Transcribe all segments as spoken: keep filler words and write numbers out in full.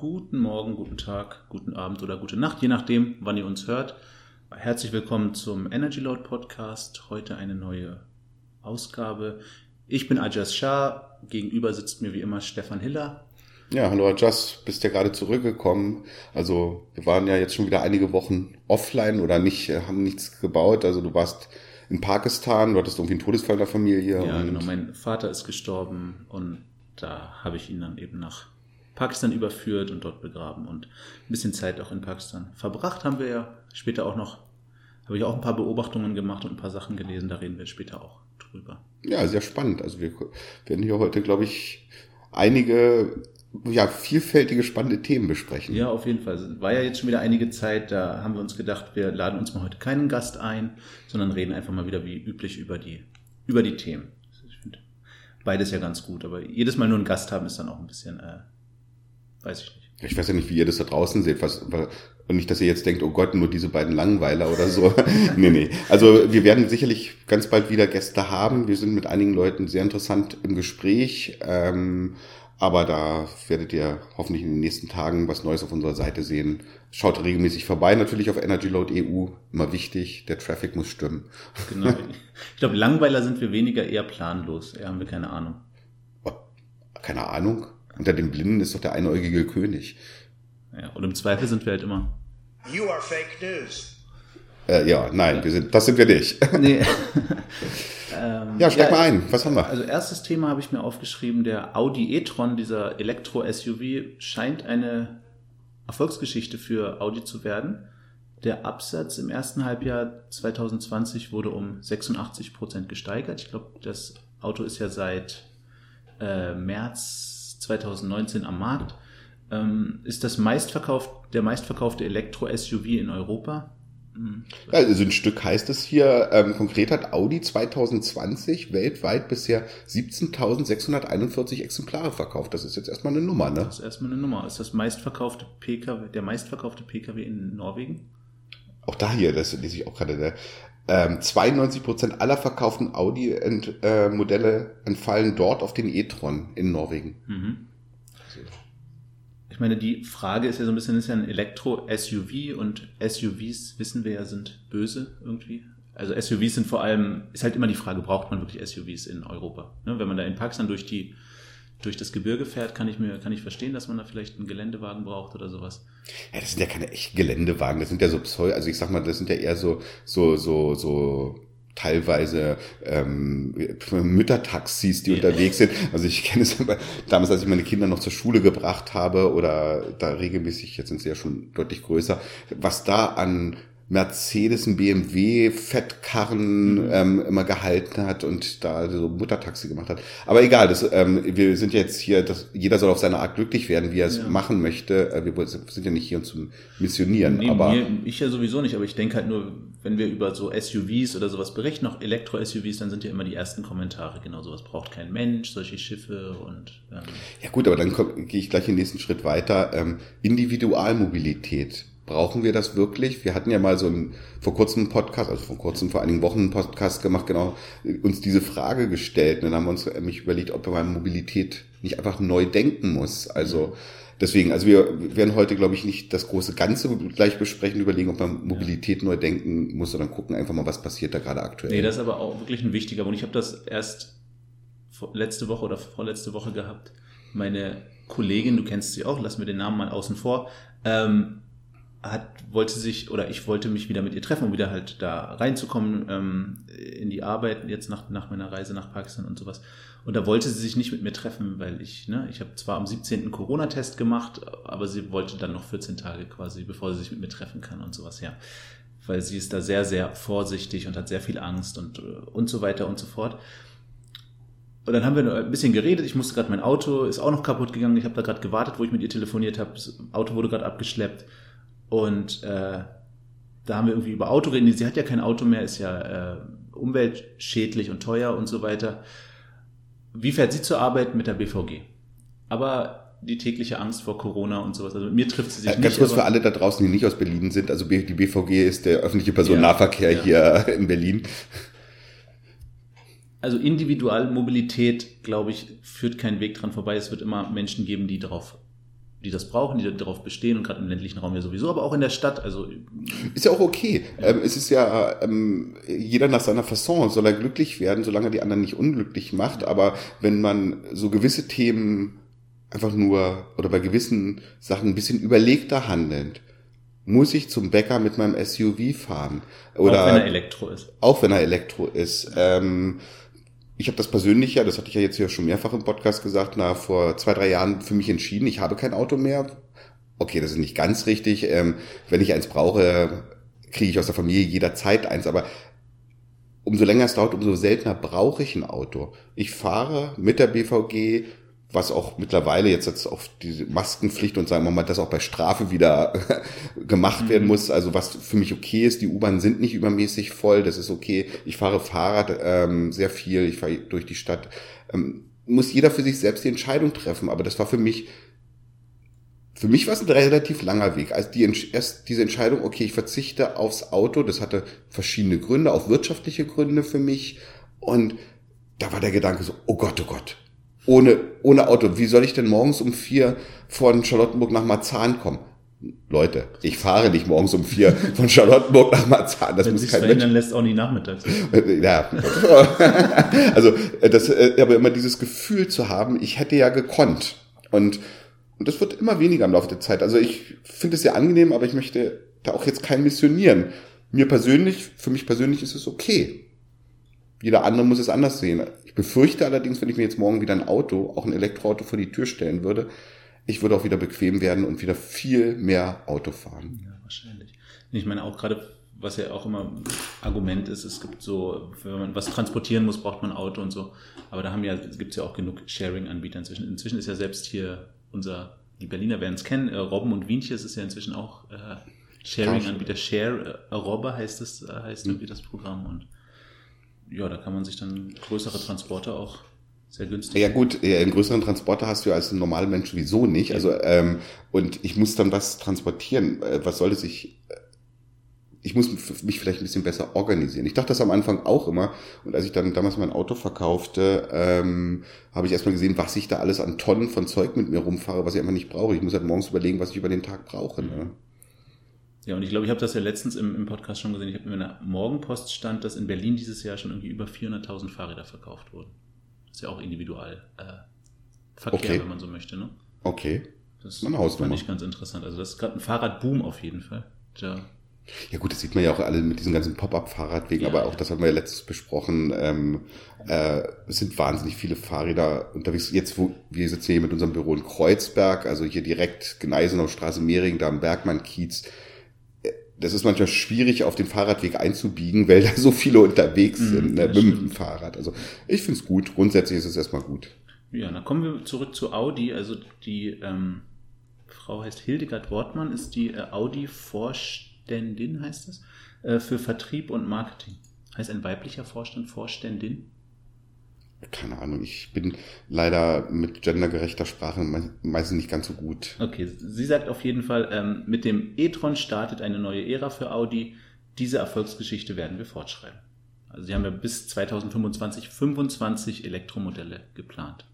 Guten Morgen, guten Tag, guten Abend oder gute Nacht, je nachdem, wann ihr uns hört. Herzlich willkommen zum Energy Load Podcast. Heute eine neue Ausgabe. Ich bin Ajas Shah, gegenüber sitzt mir wie immer Stefan Hiller. Ja, hallo Ajas, bist ja gerade zurückgekommen. Also wir waren ja jetzt schon wieder einige Wochen offline oder nicht, haben nichts gebaut. Also du warst in Pakistan, du hattest irgendwie einen Todesfall in der Familie. Ja, und genau, mein Vater ist gestorben und da habe ich ihn dann eben nach Pakistan überführt und dort begraben und ein bisschen Zeit auch in Pakistan verbracht haben wir ja. Später auch noch, habe ich auch ein paar Beobachtungen gemacht und ein paar Sachen gelesen, da reden wir später auch drüber. Ja, sehr spannend. Also wir werden hier heute, glaube ich, einige ja, vielfältige, spannende Themen besprechen. Ja, auf jeden Fall. War ja jetzt schon wieder einige Zeit, da haben wir uns gedacht, wir laden uns mal heute keinen Gast ein, sondern reden einfach mal wieder wie üblich über die, über die Themen. Ich finde beides ja ganz gut, aber jedes Mal nur einen Gast haben ist dann auch ein bisschen, äh, weiß ich nicht. Ich weiß ja nicht, wie ihr das da draußen seht, was, und nicht, dass ihr jetzt denkt, oh Gott, nur diese beiden Langweiler oder so. nee, nee. Also wir werden sicherlich ganz bald wieder Gäste haben. Wir sind mit einigen Leuten sehr interessant im Gespräch, ähm, aber da werdet ihr hoffentlich in den nächsten Tagen was Neues auf unserer Seite sehen. Schaut regelmäßig vorbei, natürlich auf energyload punkt e u. Immer wichtig, der Traffic muss stimmen. Genau. Ich glaube, Langweiler sind wir weniger, eher planlos. Eher haben wir keine Ahnung. Oh, keine Ahnung? Unter den Blinden ist doch der einäugige König. Ja, und im Zweifel sind wir halt immer... You are fake news. Äh, ja, nein, wir sind, das sind wir nicht. Nee. ähm, ja, steig ja, mal ein. Was haben wir? Also erstes Thema habe ich mir aufgeschrieben, der Audi e-tron, dieser Elektro-S U V, scheint eine Erfolgsgeschichte für Audi zu werden. Der Absatz im ersten Halbjahr zwanzig zwanzig wurde um sechsundachtzig Prozent gesteigert. Ich glaube, das Auto ist ja seit äh, März zwanzig neunzehn am Markt. Ähm, ist das meistverkauft, der meistverkaufte Elektro-S U V in Europa? Hm. Ja, also ein Stück heißt es hier, ähm, konkret hat Audi zwanzig zwanzig weltweit bisher siebzehntausendsechshunderteinundvierzig Exemplare verkauft. Das ist jetzt erstmal eine Nummer, ne? Das ist erstmal eine Nummer. Ist das meistverkaufte P K W, der meistverkaufte P K W in Norwegen? Auch da hier, das lese ich auch gerade, ne? Ähm, zweiundneunzig Prozent aller verkauften Audi-Modelle äh, entfallen dort auf den e-tron in Norwegen. Mhm. Ich meine, die Frage ist ja so ein bisschen, ist ja ein Elektro-S U V und S U Vs, wissen wir ja, sind böse irgendwie. Also S U Vs sind vor allem, ist halt immer die Frage, braucht man wirklich S U Vs in Europa? Ne? Wenn man da in Pakistan durch die durch das Gebirge fährt, kann ich mir kann ich verstehen, dass man da vielleicht einen Geländewagen braucht oder sowas. Ja, das sind ja keine echten Geländewagen, das sind ja so Pseudo, also ich sag mal, das sind ja eher so so so so teilweise ähm, Müttertaxis, die ja. unterwegs sind. Also ich kenne es damals, als ich meine Kinder noch zur Schule gebracht habe oder da regelmäßig, jetzt sind sie ja schon deutlich größer, was da an Mercedes, ein B M W, Fettkarren mhm. ähm, immer gehalten hat und da so Muttertaxi gemacht hat. Aber egal, das, ähm, wir sind jetzt hier, das, jeder soll auf seine Art glücklich werden, wie er es ja. machen möchte. Wir sind ja nicht hier, um zu missionieren. Nee, aber mir, ich ja sowieso nicht, aber ich denke halt nur, wenn wir über so S U Vs oder sowas berichten, auch Elektro-S U Vs, dann sind ja immer die ersten Kommentare, genau, sowas braucht kein Mensch, solche Schiffe und... Ähm ja gut, aber dann komm, gehe ich gleich den nächsten Schritt weiter. Ähm, Individualmobilität. Brauchen wir das wirklich? Wir hatten ja mal so einen, vor kurzem einen Podcast, also vor kurzem, vor einigen Wochen einen Podcast gemacht, genau, uns diese Frage gestellt. Und dann haben wir uns nämlich überlegt, ob man Mobilität nicht einfach neu denken muss. Also deswegen, also wir werden heute, glaube ich, nicht das große Ganze gleich besprechen, überlegen, ob man Mobilität ja. neu denken muss, sondern gucken einfach mal, was passiert da gerade aktuell. Nee, das ist aber auch wirklich ein wichtiger Punkt. Ich habe das erst letzte Woche oder vorletzte Woche gehabt. Meine Kollegin, du kennst sie auch, lass mir den Namen mal außen vor, ähm, hat, wollte sich, oder ich wollte mich wieder mit ihr treffen, um wieder halt da reinzukommen, ähm, in die Arbeit, jetzt nach, nach meiner Reise nach Pakistan und sowas. Und da wollte sie sich nicht mit mir treffen, weil ich, ne, ich habe zwar am siebzehnten Corona-Test gemacht, aber sie wollte dann noch vierzehn Tage quasi, bevor sie sich mit mir treffen kann und sowas, ja. Weil sie ist da sehr, sehr vorsichtig und hat sehr viel Angst und, und so weiter und so fort. Und dann haben wir ein bisschen geredet, ich musste gerade, mein Auto ist auch noch kaputt gegangen, ich habe da gerade gewartet, wo ich mit ihr telefoniert habe, das Auto wurde gerade abgeschleppt. Und äh, da haben wir irgendwie über Auto reden. Sie hat ja kein Auto mehr, ist ja äh, umweltschädlich und teuer und so weiter. Wie fährt sie zur Arbeit? Mit der B V G. Aber die tägliche Angst vor Corona und sowas, also mit mir trifft sie sich ja, nicht. Ganz kurz für alle da draußen, die nicht aus Berlin sind, also die B V G ist der öffentliche Personennahverkehr ja, ja. hier in Berlin. Also Individualmobilität, glaube ich, führt keinen Weg dran vorbei. Es wird immer Menschen geben, die darauf die das brauchen, die darauf bestehen und gerade im ländlichen Raum ja sowieso, aber auch in der Stadt. Also ist ja auch okay. Ja. Ähm, es ist ja ähm, jeder nach seiner Fasson soll er glücklich werden, solange er die anderen nicht unglücklich macht. Aber wenn man so gewisse Themen einfach nur oder bei gewissen Sachen ein bisschen überlegter handelt, muss ich zum Bäcker mit meinem S U V fahren. Oder auch wenn er Elektro ist. Auch wenn er Elektro ist. Ähm, Ich habe das persönlich ja, das hatte ich ja jetzt hier schon mehrfach im Podcast gesagt, na, vor zwei, drei Jahren für mich entschieden, ich habe kein Auto mehr. Okay, das ist nicht ganz richtig. Ähm, wenn ich eins brauche, kriege ich aus der Familie jederzeit eins, aber umso länger es dauert, umso seltener brauche ich ein Auto. Ich fahre mit der B V G, was auch mittlerweile jetzt, jetzt auf diese Maskenpflicht und sagen wir mal, dass auch bei Strafe wieder gemacht werden muss, also was für mich okay ist, die U-Bahnen sind nicht übermäßig voll, das ist okay, ich fahre Fahrrad ähm, sehr viel, ich fahre durch die Stadt, ähm, muss jeder für sich selbst die Entscheidung treffen, aber das war für mich, für mich war es ein relativ langer Weg, also die, erst diese Entscheidung, okay, ich verzichte aufs Auto, das hatte verschiedene Gründe, auch wirtschaftliche Gründe für mich und da war der Gedanke so, oh Gott, oh Gott, Ohne, ohne Auto. Wie soll ich denn morgens um vier von Charlottenburg nach Marzahn kommen? Leute, ich fahre nicht morgens um vier von Charlottenburg nach Marzahn. Das Wenn muss sich kein verhindern Mensch. lässt, auch nicht nachmittags. Ja. Also, das, aber immer dieses Gefühl zu haben, ich hätte ja gekonnt. Und, und das wird immer weniger im Laufe der Zeit. Also ich finde es sehr angenehm, aber ich möchte da auch jetzt kein missionieren. Mir persönlich, für mich persönlich ist es okay. Jeder andere muss es anders sehen. Ich befürchte allerdings, wenn ich mir jetzt morgen wieder ein Auto, auch ein Elektroauto vor die Tür stellen würde, ich würde auch wieder bequem werden und wieder viel mehr Auto fahren. Ja, wahrscheinlich. Ich meine auch gerade, was ja auch immer Argument ist, es gibt so, wenn man was transportieren muss, braucht man ein Auto und so. Aber da haben ja, gibt es ja auch genug Sharing-Anbieter inzwischen. Inzwischen ist ja selbst hier unser, die Berliner werden es kennen, äh, Robben und Wienches ist ja inzwischen auch äh, Sharing-Anbieter. Share äh, Robber heißt es, äh, heißt irgendwie das Programm und ja, da kann man sich dann größere Transporter auch sehr günstig. Ja gut, einen größeren Transporter hast du ja als ein normaler Mensch sowieso nicht. Ja. Also ähm, und ich muss dann was transportieren. Was soll es ich? Ich muss mich vielleicht ein bisschen besser organisieren. Ich dachte das am Anfang auch immer. Und als ich dann damals mein Auto verkaufte, ähm, habe ich erstmal gesehen, was ich da alles an Tonnen von Zeug mit mir rumfahre, was ich einfach nicht brauche. Ich muss halt morgens überlegen, was ich über den Tag brauche. Ne? Ja, und ich glaube, ich habe das ja letztens im, im Podcast schon gesehen. Ich habe in meiner Morgenpost stand, dass in Berlin dieses Jahr schon irgendwie über vierhunderttausend Fahrräder verkauft wurden. Das ist ja auch individual äh, Verkehr, okay. Wenn man so möchte. Ne? Okay. Das fand ich ganz interessant. Also das ist gerade ein Fahrradboom auf jeden Fall. Ja. Ja gut, das sieht man ja auch alle mit diesen ganzen Pop-Up-Fahrradwegen, ja, aber auch, ja. Das haben wir ja letztens besprochen, ähm, äh, es sind wahnsinnig viele Fahrräder unterwegs. Jetzt, wo wir sitzen hier mit unserem Büro in Kreuzberg, also hier direkt Gneisenau Straße, Mehring, da am Bergmann-Kiez. Das ist manchmal schwierig, auf den Fahrradweg einzubiegen, weil da so viele unterwegs sind, mm, ne, mit dem Fahrrad. Also ich finde es gut, grundsätzlich ist es erstmal gut. Ja, dann kommen wir zurück zu Audi. Also die ähm, Frau heißt Hildegard Wortmann, ist die äh, Audi-Vorständin, heißt das, äh, für Vertrieb und Marketing. Heißt ein weiblicher Vorstand Vorständin? Keine Ahnung, ich bin leider mit gendergerechter Sprache meistens nicht ganz so gut. Okay, sie sagt auf jeden Fall, ähm, mit dem e-tron startet eine neue Ära für Audi. Diese Erfolgsgeschichte werden wir fortschreiben. Also sie haben ja bis zwanzig fünfundzwanzig fünfundzwanzig Elektromodelle geplant.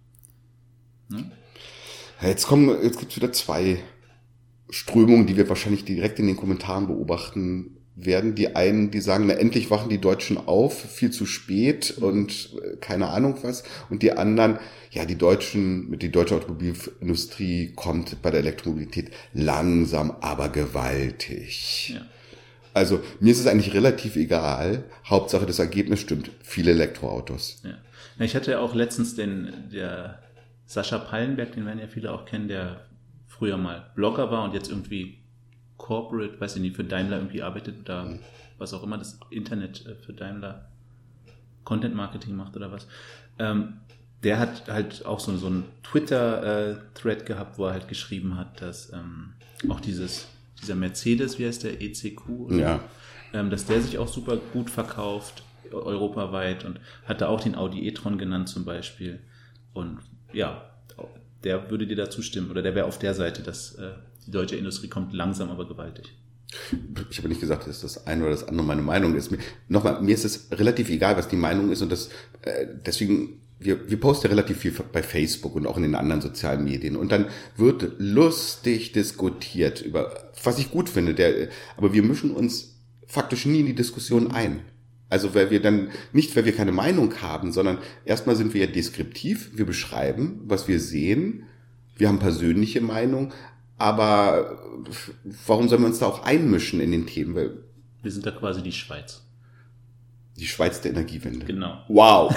Hm? Jetzt kommen, jetzt gibt es wieder zwei Strömungen, die wir wahrscheinlich direkt in den Kommentaren beobachten werden. Die einen, die sagen, na endlich wachen die Deutschen auf, viel zu spät und keine Ahnung was. Und die anderen, ja, die Deutschen, die deutsche Automobilindustrie kommt bei der Elektromobilität langsam, aber gewaltig. Ja. Also mir ist es eigentlich relativ egal. Hauptsache das Ergebnis stimmt. Viele Elektroautos. Ja. Na, ich hatte ja auch letztens den, der Sascha Pallenberg, den werden ja viele auch kennen, der früher mal Blogger war und jetzt irgendwie Corporate, weiß ich nicht, für Daimler irgendwie arbeitet oder mhm. was auch immer, das Internet für Daimler Content Marketing macht oder was. Ähm, der hat halt auch so, so einen Twitter-Thread äh, gehabt, wo er halt geschrieben hat, dass ähm, auch dieses, dieser Mercedes, wie heißt der, E C Q, oder? Ja. Ähm, dass der sich auch super gut verkauft, europaweit, und hat da auch den Audi e-tron genannt zum Beispiel. Und ja, der würde dir da zustimmen, oder der wäre auf der Seite, dass äh, die deutsche Industrie kommt langsam, aber gewaltig. Ich habe nicht gesagt, dass das eine oder das andere meine Meinung ist. Nochmal, mir ist es relativ egal, was die Meinung ist, und das äh, deswegen wir, wir posten ja relativ viel bei Facebook und auch in den anderen sozialen Medien. Und dann wird lustig diskutiert über, was ich gut finde, der, aber wir mischen uns faktisch nie in die Diskussion ein. Also weil wir dann, nicht weil wir keine Meinung haben, sondern erstmal sind wir ja deskriptiv, wir beschreiben, was wir sehen, wir haben persönliche Meinung, aber warum sollen wir uns da auch einmischen in den Themen? Weil wir sind da quasi die Schweiz. Die Schweiz der Energiewende. Genau. Wow.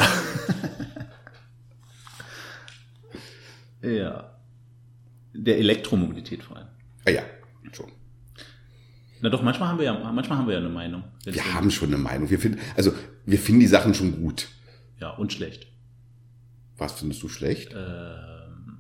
Ja. Der Elektromobilität vor allem. Ah ja, schon. Na doch, manchmal haben wir ja, manchmal haben wir ja eine Meinung. Wir haben schon eine Meinung. Wir finden, also wir finden die Sachen schon gut. Ja, und schlecht. Was findest du schlecht? Ähm,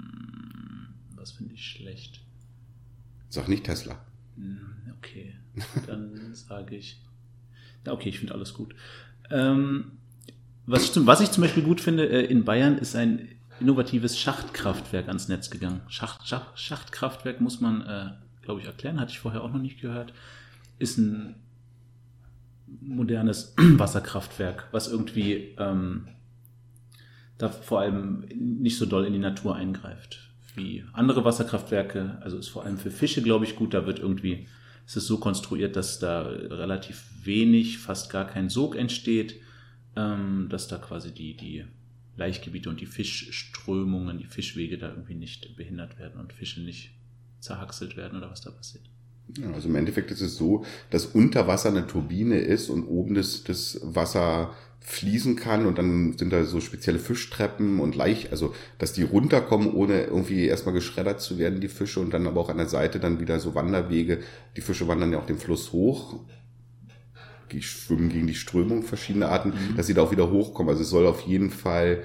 was finde ich schlecht? Sag nicht Tesla. Okay, dann sage ich. Na okay, ich finde alles gut. Ähm, was, ich zum, was ich zum Beispiel gut finde, äh, in Bayern ist ein innovatives Schachtkraftwerk ans Netz gegangen. Schacht, Schacht, Schachtkraftwerk muss man, äh, glaube ich, erklären, hatte ich vorher auch noch nicht gehört. Ist ein modernes Wasserkraftwerk, was irgendwie ähm, da vor allem nicht so doll in die Natur eingreift wie andere Wasserkraftwerke. Also ist vor allem für Fische, glaube ich, gut. Da wird irgendwie, es ist so konstruiert, dass da relativ wenig, fast gar kein Sog entsteht, ähm, dass da quasi die, die Laichgebiete und die Fischströmungen, die Fischwege da irgendwie nicht behindert werden und Fische nicht zerhackselt werden oder was da passiert. Ja, also im Endeffekt ist es so, dass unter Wasser eine Turbine ist und oben das, das Wasser fließen kann und dann sind da so spezielle Fischtreppen und Laich, also dass die runterkommen, ohne irgendwie erstmal geschreddert zu werden, die Fische, und dann aber auch an der Seite dann wieder so Wanderwege. Die Fische wandern ja auch den Fluss hoch, die schwimmen gegen die Strömung, verschiedene Arten, mhm. dass sie da auch wieder hochkommen. Also es soll auf jeden Fall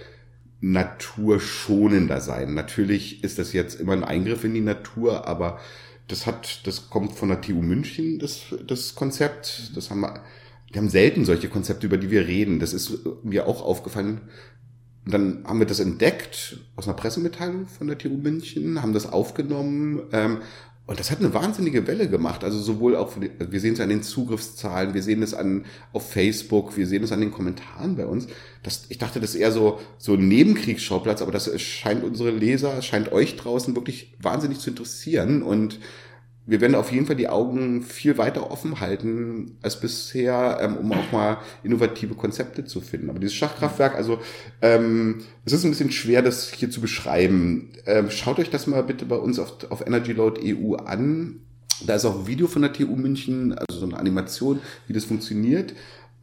naturschonender sein. Natürlich ist das jetzt immer ein Eingriff in die Natur, aber das hat, das kommt von der T U München, das, das Konzept. Das haben wir, wir haben selten solche Konzepte, über die wir reden. Das ist mir auch aufgefallen. Und dann haben wir das entdeckt aus einer Pressemitteilung von der T U München, haben das aufgenommen, ähm, und das hat eine wahnsinnige Welle gemacht. Also sowohl auch, wir sehen es an den Zugriffszahlen, wir sehen es an, auf Facebook, wir sehen es an den Kommentaren bei uns. Das, ich dachte, das ist eher so, so ein Nebenkriegsschauplatz, aber das scheint unsere Leser, scheint euch draußen wirklich wahnsinnig zu interessieren. Und wir werden auf jeden Fall die Augen viel weiter offen halten als bisher, ähm, um auch mal innovative Konzepte zu finden. Aber dieses Schachkraftwerk, also ähm, es ist ein bisschen schwer, das hier zu beschreiben. Ähm, schaut euch das mal bitte bei uns auf, auf energyload punkt e u an. Da ist auch ein Video von der T U München, also so eine Animation, wie das funktioniert.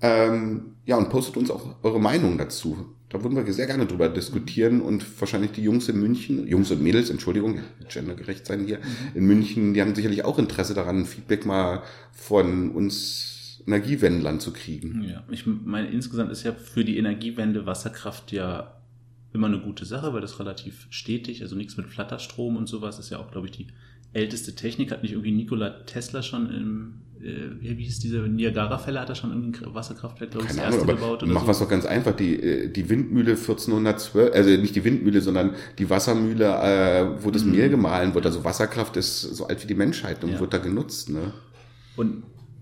Ähm, ja, und postet uns auch eure Meinung dazu. Da würden wir sehr gerne drüber diskutieren und wahrscheinlich die Jungs in München, Jungs und Mädels, Entschuldigung, gendergerecht sein hier, mhm. in München, die haben sicherlich auch Interesse daran, Feedback mal von uns Energiewendlern zu kriegen. Ja, ich meine, insgesamt ist ja für die Energiewende Wasserkraft ja immer eine gute Sache, weil das relativ stetig, also nichts mit Flatterstrom und sowas, ist ja auch, glaube ich, die älteste Technik. Hat nicht irgendwie Nikola Tesla schon im, äh, wie hieß diese Niagara-Fälle, hat er schon irgendwie ein Wasserkraftwerk, glaube ich, das erste gebaut oder so? Machen wir es doch ganz einfach, die, die Windmühle vierzehnhundertzwölf, also nicht die Windmühle, sondern die Wassermühle, äh, wo das mhm. Mehl gemahlen wird, also Wasserkraft ist so alt wie die Menschheit und ja. wird da genutzt, ne? Und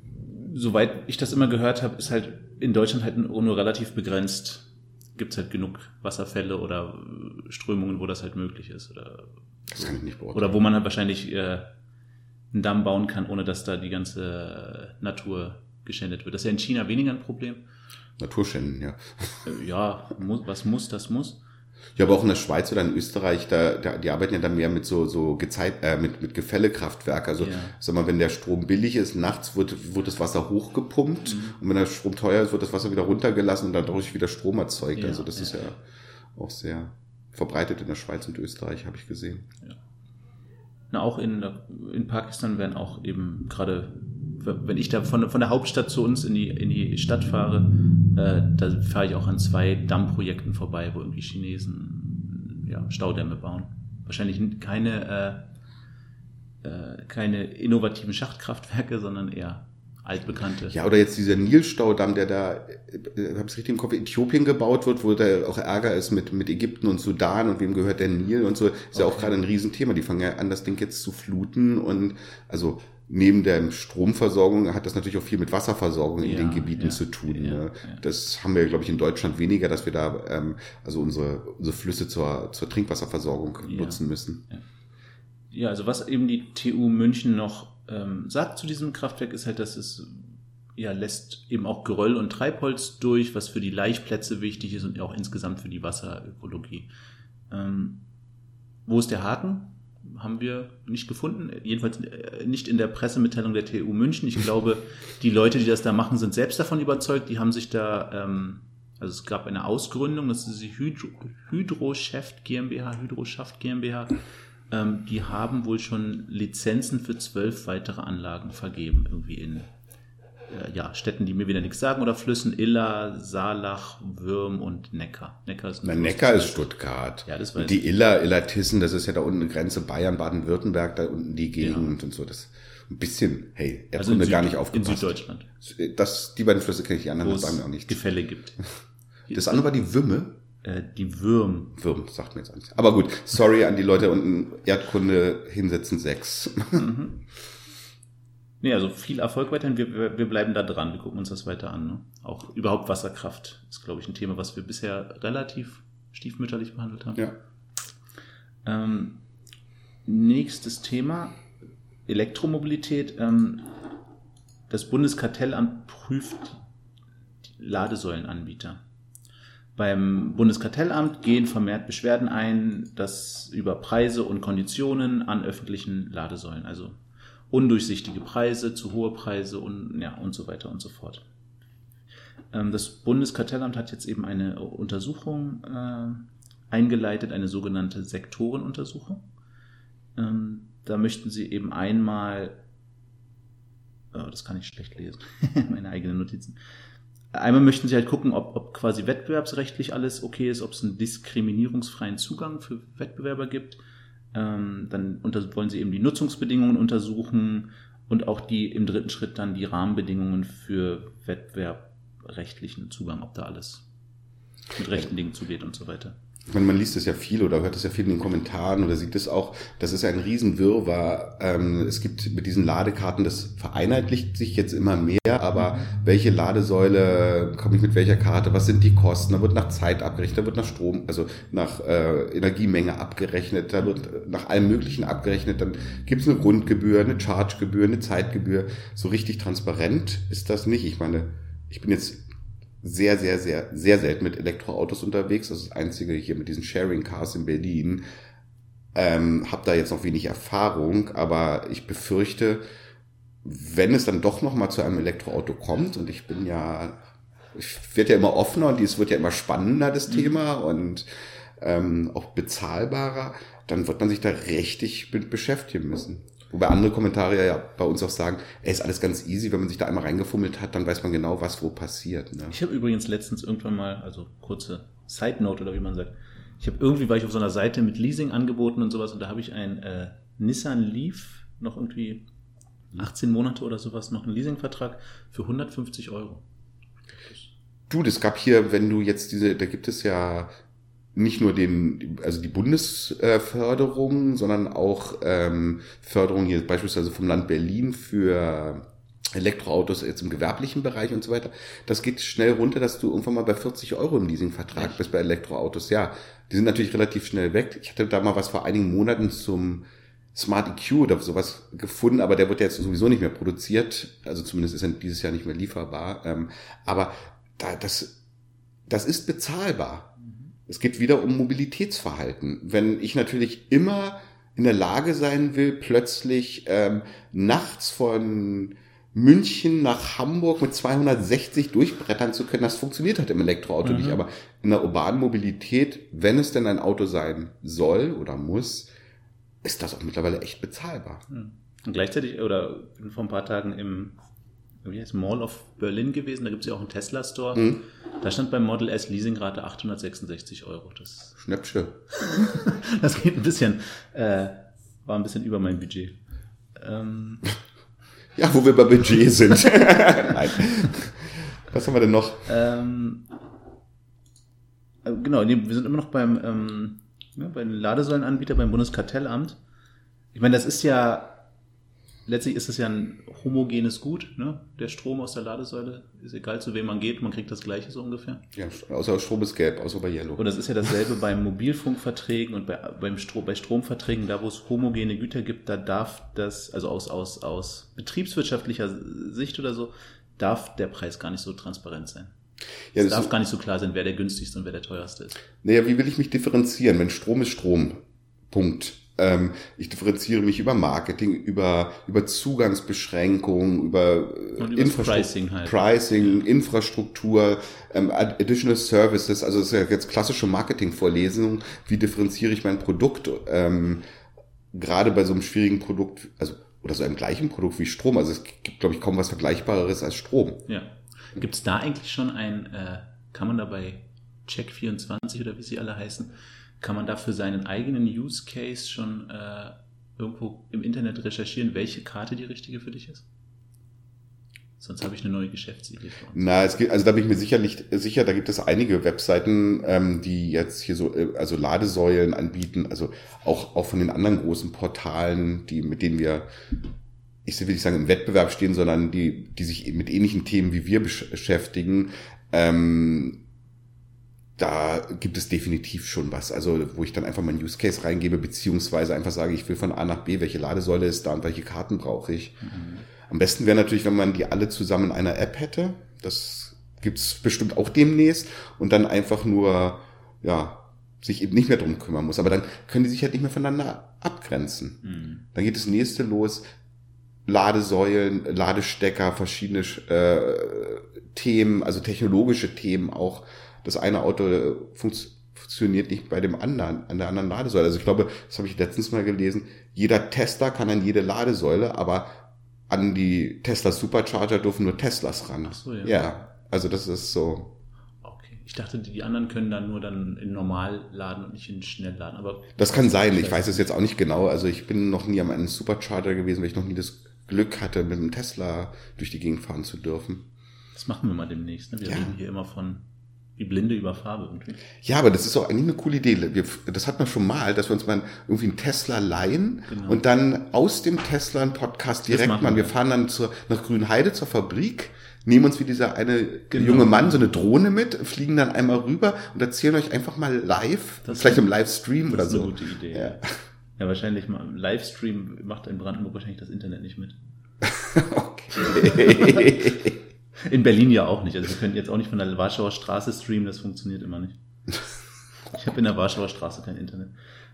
soweit ich das immer gehört habe, ist halt in Deutschland halt nur relativ begrenzt, gibt es halt genug Wasserfälle oder Strömungen, wo das halt möglich ist. Oder, das kann ich nicht beurteilen. Oder wo man halt wahrscheinlich äh, einen Damm bauen kann, ohne dass da die ganze Natur geschändet wird. Das ist ja in China weniger ein Problem. Naturschänden, ja. Äh, ja, muss, was muss, das muss. Ja, aber auch in der Schweiz oder in Österreich, da, da die arbeiten ja dann mehr mit so so Gezeit, äh, mit mit Gefällekraftwerk. Also ja. sag mal, wenn der Strom billig ist, nachts wird wird das Wasser hochgepumpt mhm. und wenn der Strom teuer ist, wird das Wasser wieder runtergelassen und dadurch wieder Strom erzeugt. Ja, also das ja, ist ja, ja auch sehr verbreitet in der Schweiz und Österreich, habe ich gesehen. Ja. Na, auch in in Pakistan werden auch eben gerade, wenn ich da von von der Hauptstadt zu uns in die in die Stadt fahre, äh, da fahre ich auch an zwei Dammprojekten vorbei, wo irgendwie Chinesen ja, Staudämme bauen. Wahrscheinlich keine äh, äh, keine innovativen Schachtkraftwerke, sondern eher altbekannte. Ja, oder jetzt dieser Nilstaudamm, der da, äh, habe ich richtig im Kopf, Äthiopien gebaut wird, wo da auch Ärger ist mit mit Ägypten und Sudan und wem gehört der Nil und so, ist okay. ja auch gerade ein Riesenthema. Die fangen ja an, das Ding jetzt zu fluten und also neben der Stromversorgung hat das natürlich auch viel mit Wasserversorgung in Ja, den Gebieten ja, zu tun. ja, ne? ja. Das haben wir, glaube ich, in Deutschland weniger, dass wir da ähm, also unsere, unsere Flüsse zur, zur Trinkwasserversorgung Ja. nutzen müssen. Ja. Ja, also was eben die T U München noch ähm, sagt zu diesem Kraftwerk, ist halt, dass es ja lässt eben auch Geröll und Treibholz durch, was für die Laichplätze wichtig ist und auch insgesamt für die Wasserökologie. Ähm, wo ist der Haken? Haben wir nicht gefunden, jedenfalls nicht in der Pressemitteilung der T U München. Ich glaube, die Leute, die das da machen, sind selbst davon überzeugt. Die haben sich da, ähm, also es gab eine Ausgründung, das ist die Hydro, Hydroschaft GmbH, Hydroschaft GmbH. Ähm, die haben wohl schon Lizenzen für zwölf weitere Anlagen vergeben, irgendwie in äh, ja, Städten, die mir wieder nichts sagen, oder Flüssen Iller, Saalach, Würm und Neckar. Neckar ist, Na, Neckar ist Stuttgart. Ja, das weiß und die ich. Iller, Illertissen, das ist ja da unten eine Grenze Bayern, Baden-Württemberg, da unten die Gegend Ja. und so. Das ein bisschen, hey, Also in Erdkunde Süd- gar nicht in aufgepasst. Süddeutschland, Das, die beiden Flüsse kenne ich, die wo anderen es sagen mir auch nichts. Gefälle gibt. Das andere war die Wümme. Äh, die Würm. Würm, das sagt mir jetzt auch nichts. Aber gut, sorry an die Leute unten, Erdkunde hinsetzen sechs. Nee, also viel Erfolg weiterhin. Wir, wir wir bleiben da dran. Wir gucken uns das weiter an. Ne? Auch überhaupt Wasserkraft ist, glaube ich, ein Thema, was wir bisher relativ stiefmütterlich behandelt haben. Ja. Ähm, nächstes Thema, Elektromobilität. Ähm, das Bundeskartellamt prüft die Ladesäulenanbieter. Beim Bundeskartellamt gehen vermehrt Beschwerden ein, dass über Preise und Konditionen an öffentlichen Ladesäulen, also undurchsichtige Preise, zu hohe Preise und, ja, und so weiter und so fort. Ähm, das Bundeskartellamt hat jetzt eben eine Untersuchung äh, eingeleitet, eine sogenannte Sektorenuntersuchung. Ähm, da möchten sie eben einmal, oh, das kann ich schlecht lesen, meine eigenen Notizen. Einmal möchten sie halt gucken, ob, ob quasi wettbewerbsrechtlich alles okay ist, ob es einen diskriminierungsfreien Zugang für Wettbewerber gibt. Ähm, dann unter, wollen sie eben die Nutzungsbedingungen untersuchen und auch die im dritten Schritt dann die Rahmenbedingungen für wettbewerbrechtlichen Zugang, ob da alles mit rechten Dingen zugeht und so weiter. Ich meine, man liest es ja viel oder hört es ja viel in den Kommentaren oder sieht es auch, das ist ja ein Riesenwirrwarr. Ähm, es gibt mit diesen Ladekarten, das vereinheitlicht sich jetzt immer mehr, aber welche Ladesäule komme ich mit welcher Karte, was sind die Kosten, da wird nach Zeit abgerechnet, da wird nach Strom, also nach äh, Energiemenge abgerechnet, da wird nach allem Möglichen abgerechnet, dann gibt es eine Grundgebühr, eine Chargegebühr, eine Zeitgebühr. So richtig transparent ist das nicht. Ich meine, ich bin jetzt sehr, sehr, sehr, sehr selten mit Elektroautos unterwegs. Das ist das Einzige hier mit diesen Sharing Cars in Berlin. Ähm, hab da jetzt noch wenig Erfahrung, aber ich befürchte, wenn es dann doch noch mal zu einem Elektroauto kommt, und ich bin ja, ich werde ja immer offener und es wird ja immer spannender, das mhm. Thema, und ähm, auch bezahlbarer, dann wird man sich da richtig mit beschäftigen müssen. Wobei andere Kommentare ja bei uns auch sagen, ey, ist alles ganz easy, wenn man sich da einmal reingefummelt hat, dann weiß man genau, was wo passiert. Ne? Ich habe übrigens letztens irgendwann mal, also kurze Side Note oder wie man sagt, ich habe irgendwie, war ich auf so einer Seite mit Leasing-Angeboten und sowas, und da habe ich ein äh, Nissan Leaf, noch irgendwie achtzehn Monate oder sowas, noch einen Leasingvertrag für hundertfünfzig Euro. Du, das gab hier, wenn du jetzt diese, da gibt es ja nicht nur den, also die Bundesförderung, sondern auch ähm, Förderung hier beispielsweise vom Land Berlin für Elektroautos jetzt im gewerblichen Bereich und so weiter. Das geht schnell runter, dass du irgendwann mal bei vierzig Euro im Leasingvertrag Echt? bist bei Elektroautos. Ja, die sind natürlich relativ schnell weg. Ich hatte da mal was vor einigen Monaten zum Smart E Q oder sowas gefunden, aber der wird ja jetzt sowieso nicht mehr produziert. Also zumindest ist er dieses Jahr nicht mehr lieferbar. Ähm, aber da, das, das ist bezahlbar. Es geht wieder um Mobilitätsverhalten. Wenn ich natürlich immer in der Lage sein will, plötzlich ähm, nachts von München nach Hamburg mit zweihundertsechzig durchbrettern zu können, das funktioniert halt im Elektroauto mhm. nicht. Aber in der urbanen Mobilität, wenn es denn ein Auto sein soll oder muss, ist das auch mittlerweile echt bezahlbar. Und gleichzeitig, oder bin vor ein paar Tagen im wie heißt Mall of Berlin gewesen, da gibt es ja auch einen Tesla-Store. Mhm. Da stand beim Model S Leasingrate achthundertsechsundsechzig Euro. Das Schnäppchen. Das geht ein bisschen, äh, war ein bisschen über mein Budget. Ähm, ja, wo wir bei Budget sind. Nein. Was haben wir denn noch? Ähm, äh, genau, nee, wir sind immer noch beim, ähm, ja, bei den Ladesäulenanbietern beim Bundeskartellamt. Ich meine, das ist ja letztlich ist es ja ein homogenes Gut, ne? Der Strom aus der Ladesäule, ist egal zu wem man geht, man kriegt das Gleiche so ungefähr. Ja, außer Strom ist gelb, außer bei Yellow. Und das ist ja dasselbe bei Mobilfunkverträgen und bei, beim Stro- bei Stromverträgen, da wo es homogene Güter gibt, da darf das, also aus, aus, aus betriebswirtschaftlicher Sicht oder so, darf der Preis gar nicht so transparent sein. Ja, es darf gar nicht so klar sein, wer der günstigste und wer der teuerste ist. Naja, wie will ich mich differenzieren, wenn Strom ist Strom? Punkt. Ähm, ich differenziere mich über Marketing, über, über Zugangsbeschränkungen, über, über Infrastruktur, Pricing, halt. Pricing, Infrastruktur, ähm, Additional Services, also das ist ja jetzt klassische Marketingvorlesung, wie differenziere ich mein Produkt, ähm, gerade bei so einem schwierigen Produkt, also oder so einem gleichen Produkt wie Strom, also es gibt, glaube ich, kaum was Vergleichbareres als Strom. Ja. Gibt es da eigentlich schon ein, äh, kann man da bei Check vierundzwanzig oder wie sie alle heißen, kann man da für seinen eigenen Use Case schon äh, irgendwo im Internet recherchieren, welche Karte die richtige für dich ist? Sonst habe ich eine neue Geschäftsidee für uns. Na, es gibt, also da bin ich mir sicherlich sicher, da gibt es einige Webseiten, ähm, die jetzt hier so, äh, also Ladesäulen anbieten, also auch, auch von den anderen großen Portalen, die, mit denen wir, ich will nicht sagen im Wettbewerb stehen, sondern die, die sich mit ähnlichen Themen wie wir beschäftigen, ähm, da gibt es definitiv schon was, also wo ich dann einfach meinen Use Case reingebe, beziehungsweise einfach sage, ich will von A nach B, welche Ladesäule ist da und welche Karten brauche ich. Mhm. Am besten wäre natürlich, wenn man die alle zusammen in einer App hätte. Das gibt's bestimmt auch demnächst und dann einfach nur, ja, sich eben nicht mehr drum kümmern muss. Aber dann können die sich halt nicht mehr voneinander abgrenzen. Mhm. Dann geht das nächste los. Ladesäulen, Ladestecker, verschiedene äh, Themen, also technologische Themen auch. Das eine Auto funkt, funktioniert nicht bei dem anderen, an der anderen Ladesäule. Also ich glaube, das habe ich letztens mal gelesen, jeder Tesla kann an jede Ladesäule, aber an die Tesla Supercharger dürfen nur Teslas ran. Ach so, ja. Ja, also das ist so. Okay. Ich dachte, die anderen können dann nur dann in normal laden und nicht in schnell laden. Aber das kann sein, ich weiß es jetzt auch nicht genau. Also ich bin noch nie an einem Supercharger gewesen, weil ich noch nie das Glück hatte, mit einem Tesla durch die Gegend fahren zu dürfen. Das machen wir mal demnächst. Ne? Wir ja. reden hier immer von wie Blinde über Farbe irgendwie. Ja, aber das ist auch eigentlich eine coole Idee. Wir, das hat man schon mal, dass wir uns mal irgendwie einen Tesla leihen genau. und dann aus dem Tesla einen Podcast direkt machen. Wir. wir fahren dann zur, nach Grünheide zur Fabrik, nehmen uns wie dieser eine genau. junge Mann so eine Drohne mit, fliegen dann einmal rüber und erzählen euch einfach mal live, das vielleicht im Livestream oder so. Das ist eine gute Idee. Ja, ja wahrscheinlich mal im Livestream macht in Brandenburg wahrscheinlich das Internet nicht mit. Okay. In Berlin ja auch nicht. Also wir können jetzt auch nicht von der Warschauer Straße streamen, das funktioniert immer nicht. Ich habe in der Warschauer Straße kein Internet.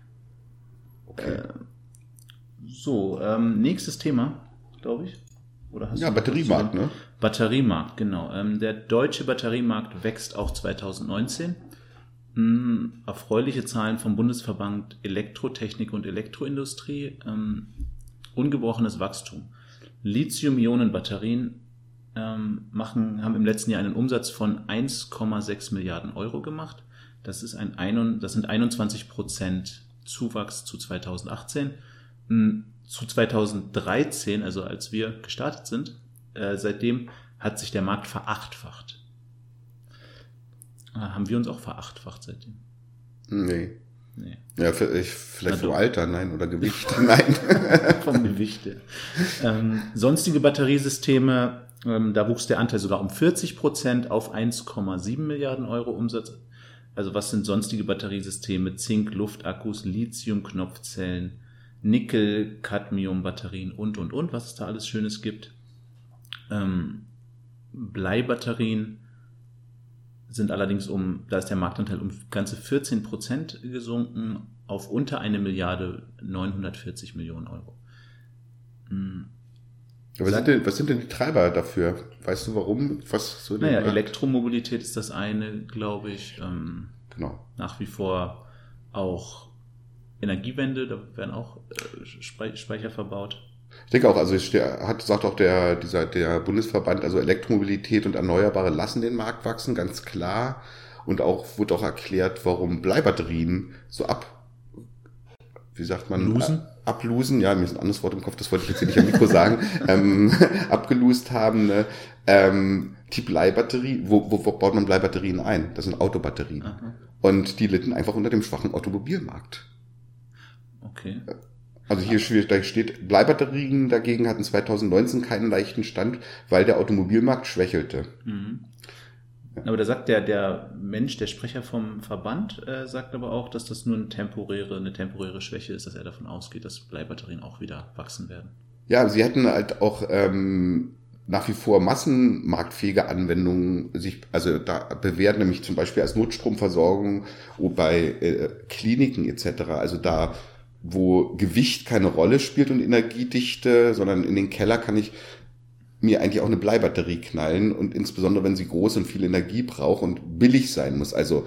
Okay. Äh, so, ähm, nächstes Thema, glaube ich. Oder hast ja, du Batteriemarkt, ne? Batteriemarkt, genau. Ähm, der deutsche Batteriemarkt wächst auch zwanzig neunzehn. Ähm, erfreuliche Zahlen vom Bundesverband Elektrotechnik und Elektroindustrie. Ähm, ungebrochenes Wachstum. Lithium-Ionen-Batterien ähm, machen, haben im letzten Jahr einen Umsatz von eins Komma sechs Milliarden Euro gemacht. Das ist ein, ein das sind einundzwanzig Prozent Zuwachs zu zweitausendachtzehn. Zu zweitausenddreizehn, also als wir gestartet sind, äh, seitdem hat sich der Markt verachtfacht. Äh, haben wir uns auch verachtfacht seitdem? Nee. Nee. Ja, vielleicht vom Alter, nein, oder Gewicht, nein. Vom Gewicht, ja. Ähm, sonstige Batteriesysteme, ähm, da wuchs der Anteil sogar um vierzig Prozent auf eins Komma sieben Milliarden Euro Umsatz. Also was sind sonstige Batteriesysteme? Zink, Luftakkus, Lithium, Knopfzellen, Nickel, Cadmium, Batterien und, und, und, was es da alles Schönes gibt. Ähm, Bleibatterien sind allerdings um, da ist der Marktanteil um ganze vierzehn Prozent gesunken auf unter eine Milliarde neunhundertvierzig Millionen Euro. Hm. Was sind, denn, was sind denn die Treiber dafür? Weißt du warum? Was so naja, Elektromobilität ist das eine, glaube ich. Ähm, genau. Nach wie vor auch Energiewende, da werden auch äh, Speicher verbaut. Ich denke auch, also es hat, sagt auch der, dieser, der Bundesverband, also Elektromobilität und Erneuerbare lassen den Markt wachsen, ganz klar. Und auch, wurde auch erklärt, warum Bleibatterien so ab, wie sagt man? Losen? Äh, ablosen, ja, mir ist ein anderes Wort im Kopf, das wollte ich jetzt hier nicht am Mikro sagen, ähm, abgelost haben, ne? ähm, die Bleibatterie, wo, wo, wo baut man Bleibatterien ein? Das sind Autobatterien. Aha. Und die litten einfach unter dem schwachen Automobilmarkt. Okay. Also hier steht, Bleibatterien dagegen hatten zweitausendneunzehn keinen leichten Stand, weil der Automobilmarkt schwächelte. Mhm. Ja. Aber da sagt der, der Mensch, der Sprecher vom Verband, äh, sagt aber auch, dass das nur eine temporäre, eine temporäre Schwäche ist, dass er davon ausgeht, dass Bleibatterien auch wieder wachsen werden. Ja, sie hätten halt auch ähm, nach wie vor massenmarktfähige Anwendungen sich, also da bewährt, nämlich zum Beispiel als Notstromversorgung bei äh, Kliniken et cetera. Also da, wo Gewicht keine Rolle spielt und Energiedichte, sondern in den Keller kann ich mir eigentlich auch eine Bleibatterie knallen und insbesondere, wenn sie groß und viel Energie braucht und billig sein muss, also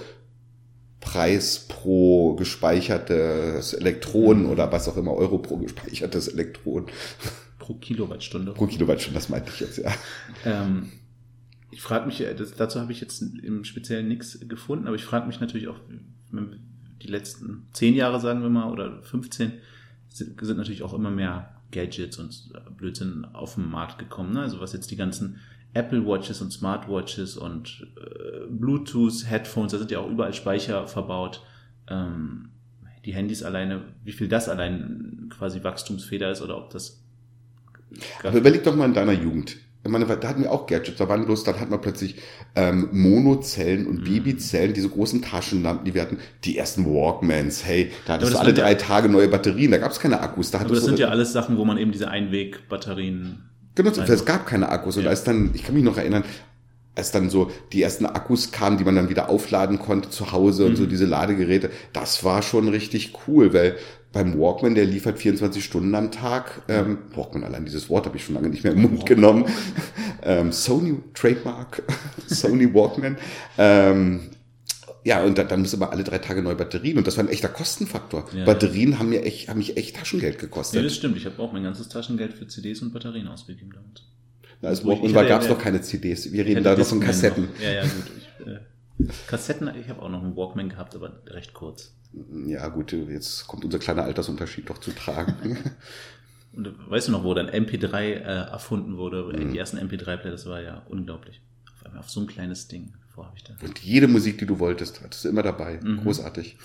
Preis pro gespeichertes Elektron oder was auch immer, Euro pro gespeichertes Elektron. Pro Kilowattstunde. Pro Kilowattstunde, das meinte ich jetzt, ja. Ähm, ich frage mich, das, dazu habe ich jetzt im Speziellen nichts gefunden, aber ich frage mich natürlich auch, die letzten zehn Jahre, sagen wir mal, oder fünfzehn, sind, sind natürlich auch immer mehr Gadgets und Blödsinn auf den Markt gekommen. Ne? Also was jetzt die ganzen Apple Watches und Smartwatches und äh, Bluetooth, Headphones, da sind ja auch überall Speicher verbaut. Ähm, die Handys alleine, wie viel das allein quasi Wachstumsfeder ist oder ob das... Aber überleg doch mal in deiner Jugend. Ich meine, da hatten wir auch Gadgets, da waren bloß, dann hat man plötzlich ähm, Monozellen und mhm. Babyzellen, diese großen Taschenlampen, die wir hatten, die ersten Walkmans, hey, da hattest du alle drei ja, Tage neue Batterien, da gab es keine Akkus. Da aber das sind ja alles Sachen, wo man eben diese Einwegbatterien... Genau, es gab keine Akkus. Und ja. als dann, ich kann mich noch erinnern, als dann so die ersten Akkus kamen, die man dann wieder aufladen konnte zu Hause mhm. und so diese Ladegeräte, das war schon richtig cool, weil beim Walkman, der liefert vierundzwanzig Stunden am Tag. Ähm, Walkman, allein dieses Wort habe ich schon lange nicht mehr im Mund Walkman. genommen. Ähm, Sony Trademark, Sony Walkman. Ähm, ja, und dann, dann müssen aber alle drei Tage neue Batterien. Und das war ein echter Kostenfaktor. Ja, Batterien ja. haben mir echt, haben mich echt Taschengeld gekostet. Ja, das stimmt. Ich habe auch mein ganzes Taschengeld für C Ds und Batterien ausgegeben damit. Na, als Walkman war, gab es noch keine C Ds. Wir reden da noch von Kassetten. Noch. Ja, ja, gut. Ich, äh, Kassetten, ich habe auch noch einen Walkman gehabt, aber recht kurz. Ja, gut, jetzt kommt unser kleiner Altersunterschied doch zu tragen. Und weißt du noch, wo dann M P drei äh, erfunden wurde? Mhm. Die ersten M P drei Player, das war ja unglaublich. Auf einmal auf so ein kleines Ding. Wo habe ich da? Und jede Musik, die du wolltest, hattest du immer dabei. Mhm. Großartig.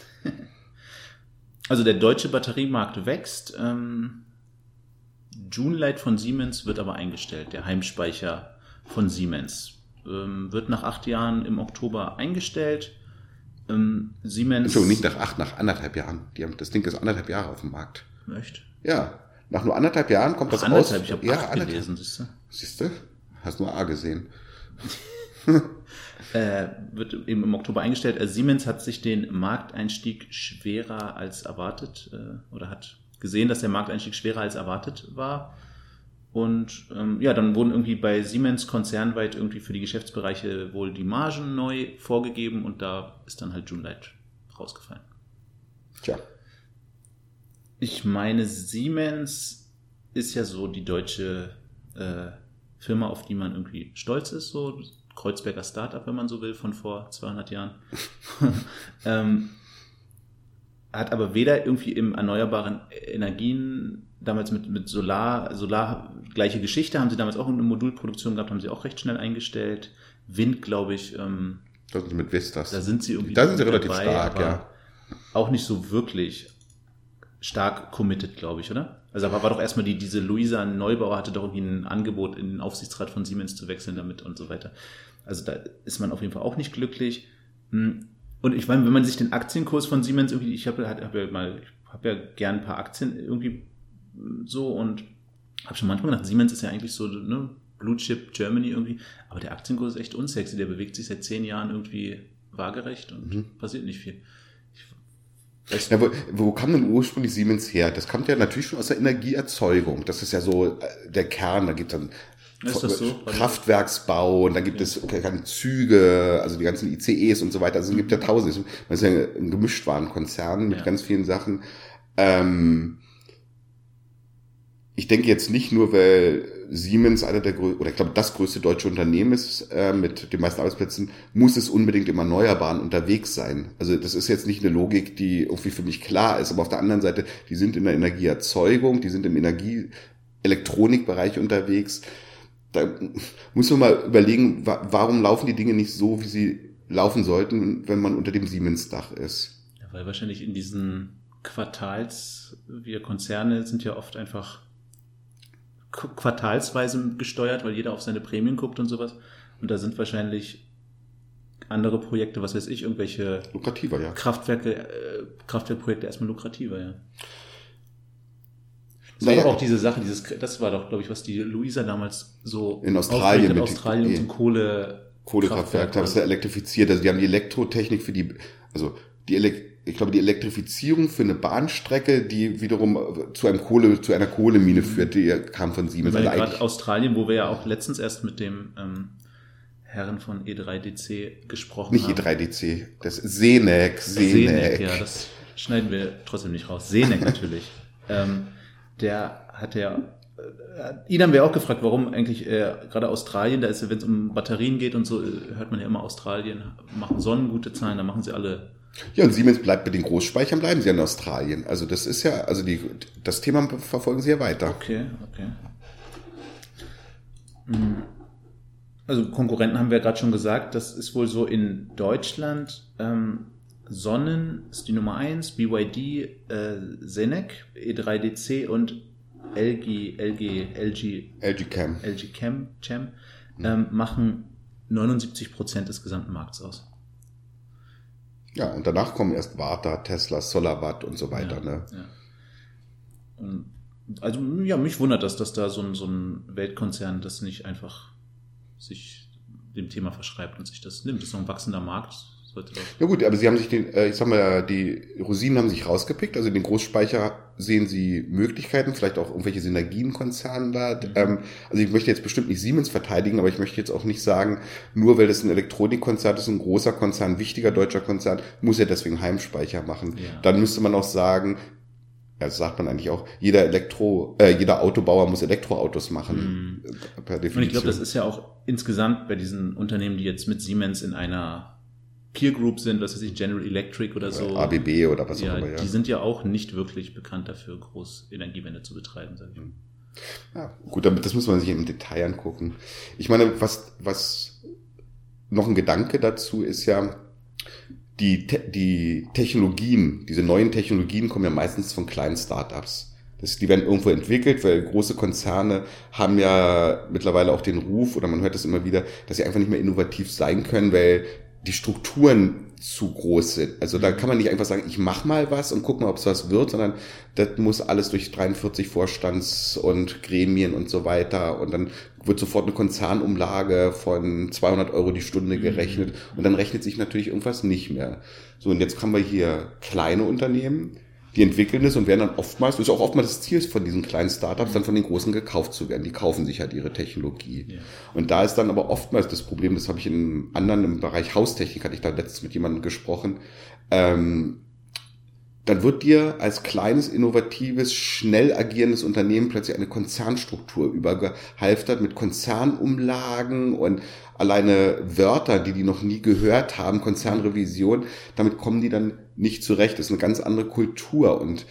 Also der deutsche Batteriemarkt wächst. Ähm, Junelight von Siemens wird aber eingestellt. Der Heimspeicher von Siemens ähm, wird nach acht Jahren im Oktober eingestellt. Ähm, Siemens... Entschuldigung, nicht nach acht, nach anderthalb Jahren. Die haben, das Ding ist anderthalb Jahre auf dem Markt. Echt? Ja. Nach nur anderthalb Jahren kommt Ach, das anderthalb, raus. Ich habe ja, acht gelesen, siehst du? Siehst du? Hast nur A gesehen. äh, wird eben im Oktober eingestellt. Also Siemens hat sich den Markteinstieg schwerer als erwartet äh, oder hat gesehen, dass der Markteinstieg schwerer als erwartet war. Und ähm, ja, dann wurden irgendwie bei Siemens konzernweit irgendwie für die Geschäftsbereiche wohl die Margen neu vorgegeben und da ist dann halt Junelight rausgefallen. Tja. Ich meine, Siemens ist ja so die deutsche äh, Firma, auf die man irgendwie stolz ist, so Kreuzberger Startup, wenn man so will, von vor zweihundert Jahren. ähm, hat aber weder irgendwie im erneuerbaren Energien, damals mit, mit Solar, Solar, gleiche Geschichte, haben sie damals auch eine Modulproduktion gehabt, haben sie auch recht schnell eingestellt. Wind, glaube ich, ähm, das sind mit Vestas. Da sind sie irgendwie da sind sie relativ dabei, stark, ja. Auch nicht so wirklich stark committed, glaube ich, oder? Also aber war doch erstmal die, diese Luisa Neubauer hatte doch irgendwie ein Angebot, in den Aufsichtsrat von Siemens zu wechseln damit und so weiter. Also da ist man auf jeden Fall auch nicht glücklich. Und ich meine, wenn man sich den Aktienkurs von Siemens irgendwie, ich habe hab ja mal, ich habe ja gern ein paar Aktien irgendwie so und habe schon manchmal gedacht, Siemens ist ja eigentlich so, ne, Blue Chip Germany irgendwie, aber der Aktienkurs ist echt unsexy, der bewegt sich seit zehn Jahren irgendwie waagerecht und mhm. passiert nicht viel. Ja, wo, wo kam denn ursprünglich Siemens her? Das kommt ja natürlich schon aus der Energieerzeugung. Das ist ja so der Kern. Da gibt es dann ist das so? Kraftwerksbau und dann gibt ja. es Züge, also die ganzen I C Es und so weiter. Also es gibt ja tausende. Man ist ja ein Gemischtwarenkonzern mit ja. ganz vielen Sachen. Ähm, ich denke jetzt nicht nur, weil Siemens einer der größten, oder ich glaube das größte deutsche Unternehmen ist äh, mit den meisten Arbeitsplätzen, muss es unbedingt im Erneuerbaren unterwegs sein. Also das ist jetzt nicht eine Logik, die irgendwie für mich klar ist, aber auf der anderen Seite, die sind in der Energieerzeugung, die sind im Energie-Elektronikbereich unterwegs. Da muss man mal überlegen, wa- warum laufen die Dinge nicht so, wie sie laufen sollten, wenn man unter dem Siemens-Dach ist. Ja, weil wahrscheinlich in diesen Quartals, wir Konzerne sind ja oft einfach quartalsweise gesteuert, weil jeder auf seine Prämien guckt und sowas. Und da sind wahrscheinlich andere Projekte, was weiß ich, irgendwelche lukrativer, ja. Kraftwerke, äh, Kraftwerkprojekte erstmal lukrativer, ja. Das naja. war doch auch diese Sache, dieses, das war doch, glaube ich, was die Luisa damals so in Australien in Australien und so Kohle Kohlekraftwerk, das ist ja elektrifiziert. Also die haben die Elektrotechnik für die, also die Elek- ich glaube, die Elektrifizierung für eine Bahnstrecke, die wiederum zu einem Kohle, zu einer Kohlemine führt, die kam von Siemens. Also gerade Australien, wo wir ja auch letztens erst mit dem ähm, Herren von E drei D C gesprochen nicht haben. Nicht E drei D C, das Senec, Senec. Senec, ja, das schneiden wir trotzdem nicht raus. Senec natürlich. ähm, der hat ja, äh, ihn haben wir auch gefragt, warum eigentlich äh, gerade Australien, da ist ja, wenn es um Batterien geht und so, äh, hört man ja immer, Australien machen Sonnen gute Zahlen, da machen sie alle. Ja, und Siemens bleibt bei den Großspeichern, bleiben sie ja in Australien. Also das ist ja, also die, das Thema verfolgen sie ja weiter. Okay, okay. Also Konkurrenten haben wir ja gerade schon gesagt, das ist wohl so in Deutschland, ähm, Sonnen ist die Nummer eins, B Y D, äh, Senec, E drei D C und L G, L G, L G, L G Chem, L G Chem, Chem ähm, machen neunundsiebzig Prozent des gesamten Markts aus. Ja, und danach kommen erst Varta, Tesla, SolarWatt und so weiter. Ja, ne? Ja. Und also ja, mich wundert das, dass da so ein, so ein Weltkonzern das nicht einfach sich dem Thema verschreibt und sich das nimmt. Das ist noch ein wachsender Markt. Sollte doch ja gut, aber sie haben sich den, äh, ich sag mal, die Rosinen haben sich rausgepickt. Also in den Großspeicher sehen sie Möglichkeiten, vielleicht auch irgendwelche Synergienkonzerne da. Mhm. Ähm, also ich möchte jetzt bestimmt nicht Siemens verteidigen, aber ich möchte jetzt auch nicht sagen, nur weil das ein Elektronikkonzern ist, ein großer Konzern, ein wichtiger deutscher Konzern, muss er deswegen Heimspeicher machen. Ja. Dann müsste man auch sagen, ja, das sagt man eigentlich auch, jeder Elektro, äh, jeder Autobauer muss Elektroautos machen. Mhm. Per Definition. Und ich glaube, das ist ja auch insgesamt bei diesen Unternehmen, die jetzt mit Siemens in einer Peer Group sind, was weiß ich, General Electric oder so. A B B oder was ja, auch immer, ja. Die sind ja auch nicht wirklich bekannt dafür, groß Energiewende zu betreiben, sage ich. Ja, gut, damit, das muss man sich im Detail angucken. Ich meine, was, was noch ein Gedanke dazu ist ja, die, die Technologien, diese neuen Technologien kommen ja meistens von kleinen Startups. Das, die werden irgendwo entwickelt, weil große Konzerne haben ja mittlerweile auch den Ruf, oder man hört das immer wieder, dass sie einfach nicht mehr innovativ sein können, weil die Strukturen zu groß sind. Also da kann man nicht einfach sagen, ich mach mal was und guck mal, ob es was wird, sondern das muss alles durch dreiundvierzig Vorstands- und Gremien und so weiter, und dann wird sofort eine Konzernumlage von zweihundert Euro die Stunde gerechnet, und dann rechnet sich natürlich irgendwas nicht mehr. So, und jetzt haben wir hier kleine Unternehmen, die entwickeln es und werden dann oftmals, das ist auch oftmals das Ziel von diesen kleinen Startups, dann von den Großen gekauft zu werden. Die kaufen sich halt ihre Technologie. Ja. Und da ist dann aber oftmals das Problem, das habe ich in einem anderen, im Bereich Haustechnik, hatte ich da letztens mit jemandem gesprochen, ähm, dann wird dir als kleines, innovatives, schnell agierendes Unternehmen plötzlich eine Konzernstruktur übergehalftert mit Konzernumlagen und alleine Wörter, die die noch nie gehört haben, Konzernrevision, damit kommen die dann nicht zurecht. Das ist eine ganz andere Kultur, und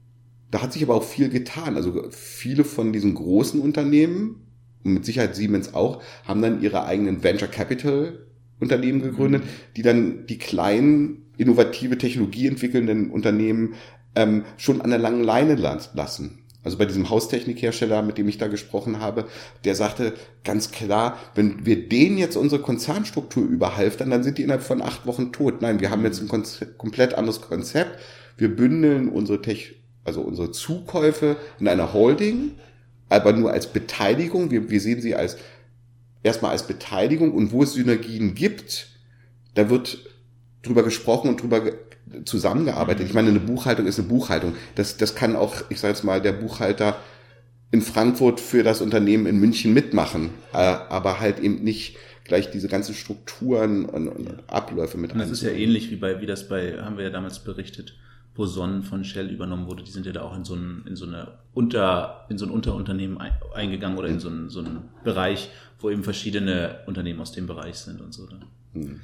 da hat sich aber auch viel getan. Also viele von diesen großen Unternehmen, und mit Sicherheit Siemens auch, haben dann ihre eigenen Venture Capital Unternehmen gegründet, die dann die kleinen, innovative Technologie entwickelnden Unternehmen ähm, schon an der langen Leine lassen. Also bei diesem Haustechnikhersteller, mit dem ich da gesprochen habe, der sagte ganz klar, wenn wir denen jetzt unsere Konzernstruktur überhalftern, dann sind die innerhalb von acht Wochen tot. Nein, wir haben jetzt ein Konzept, komplett anderes Konzept. Wir bündeln unsere Tech, also unsere Zukäufe in einer Holding, aber nur als Beteiligung. Wir, wir sehen sie als erstmal als Beteiligung, und wo es Synergien gibt, da wird drüber gesprochen und drüber zusammengearbeitet. Ich meine, eine Buchhaltung ist eine Buchhaltung. Das, das kann auch, ich sage jetzt mal, der Buchhalter in Frankfurt für das Unternehmen in München mitmachen, aber halt eben nicht gleich diese ganzen Strukturen und, und Abläufe mit. Und das ist ja ähnlich wie bei, wie das bei, haben wir ja damals berichtet, wo Sonnen von Shell übernommen wurde. Die sind ja da auch in so ein, in so eine Unter, in so ein Unterunternehmen eingegangen oder in so einen, so einen Bereich, wo eben verschiedene Unternehmen aus dem Bereich sind und so. Hm.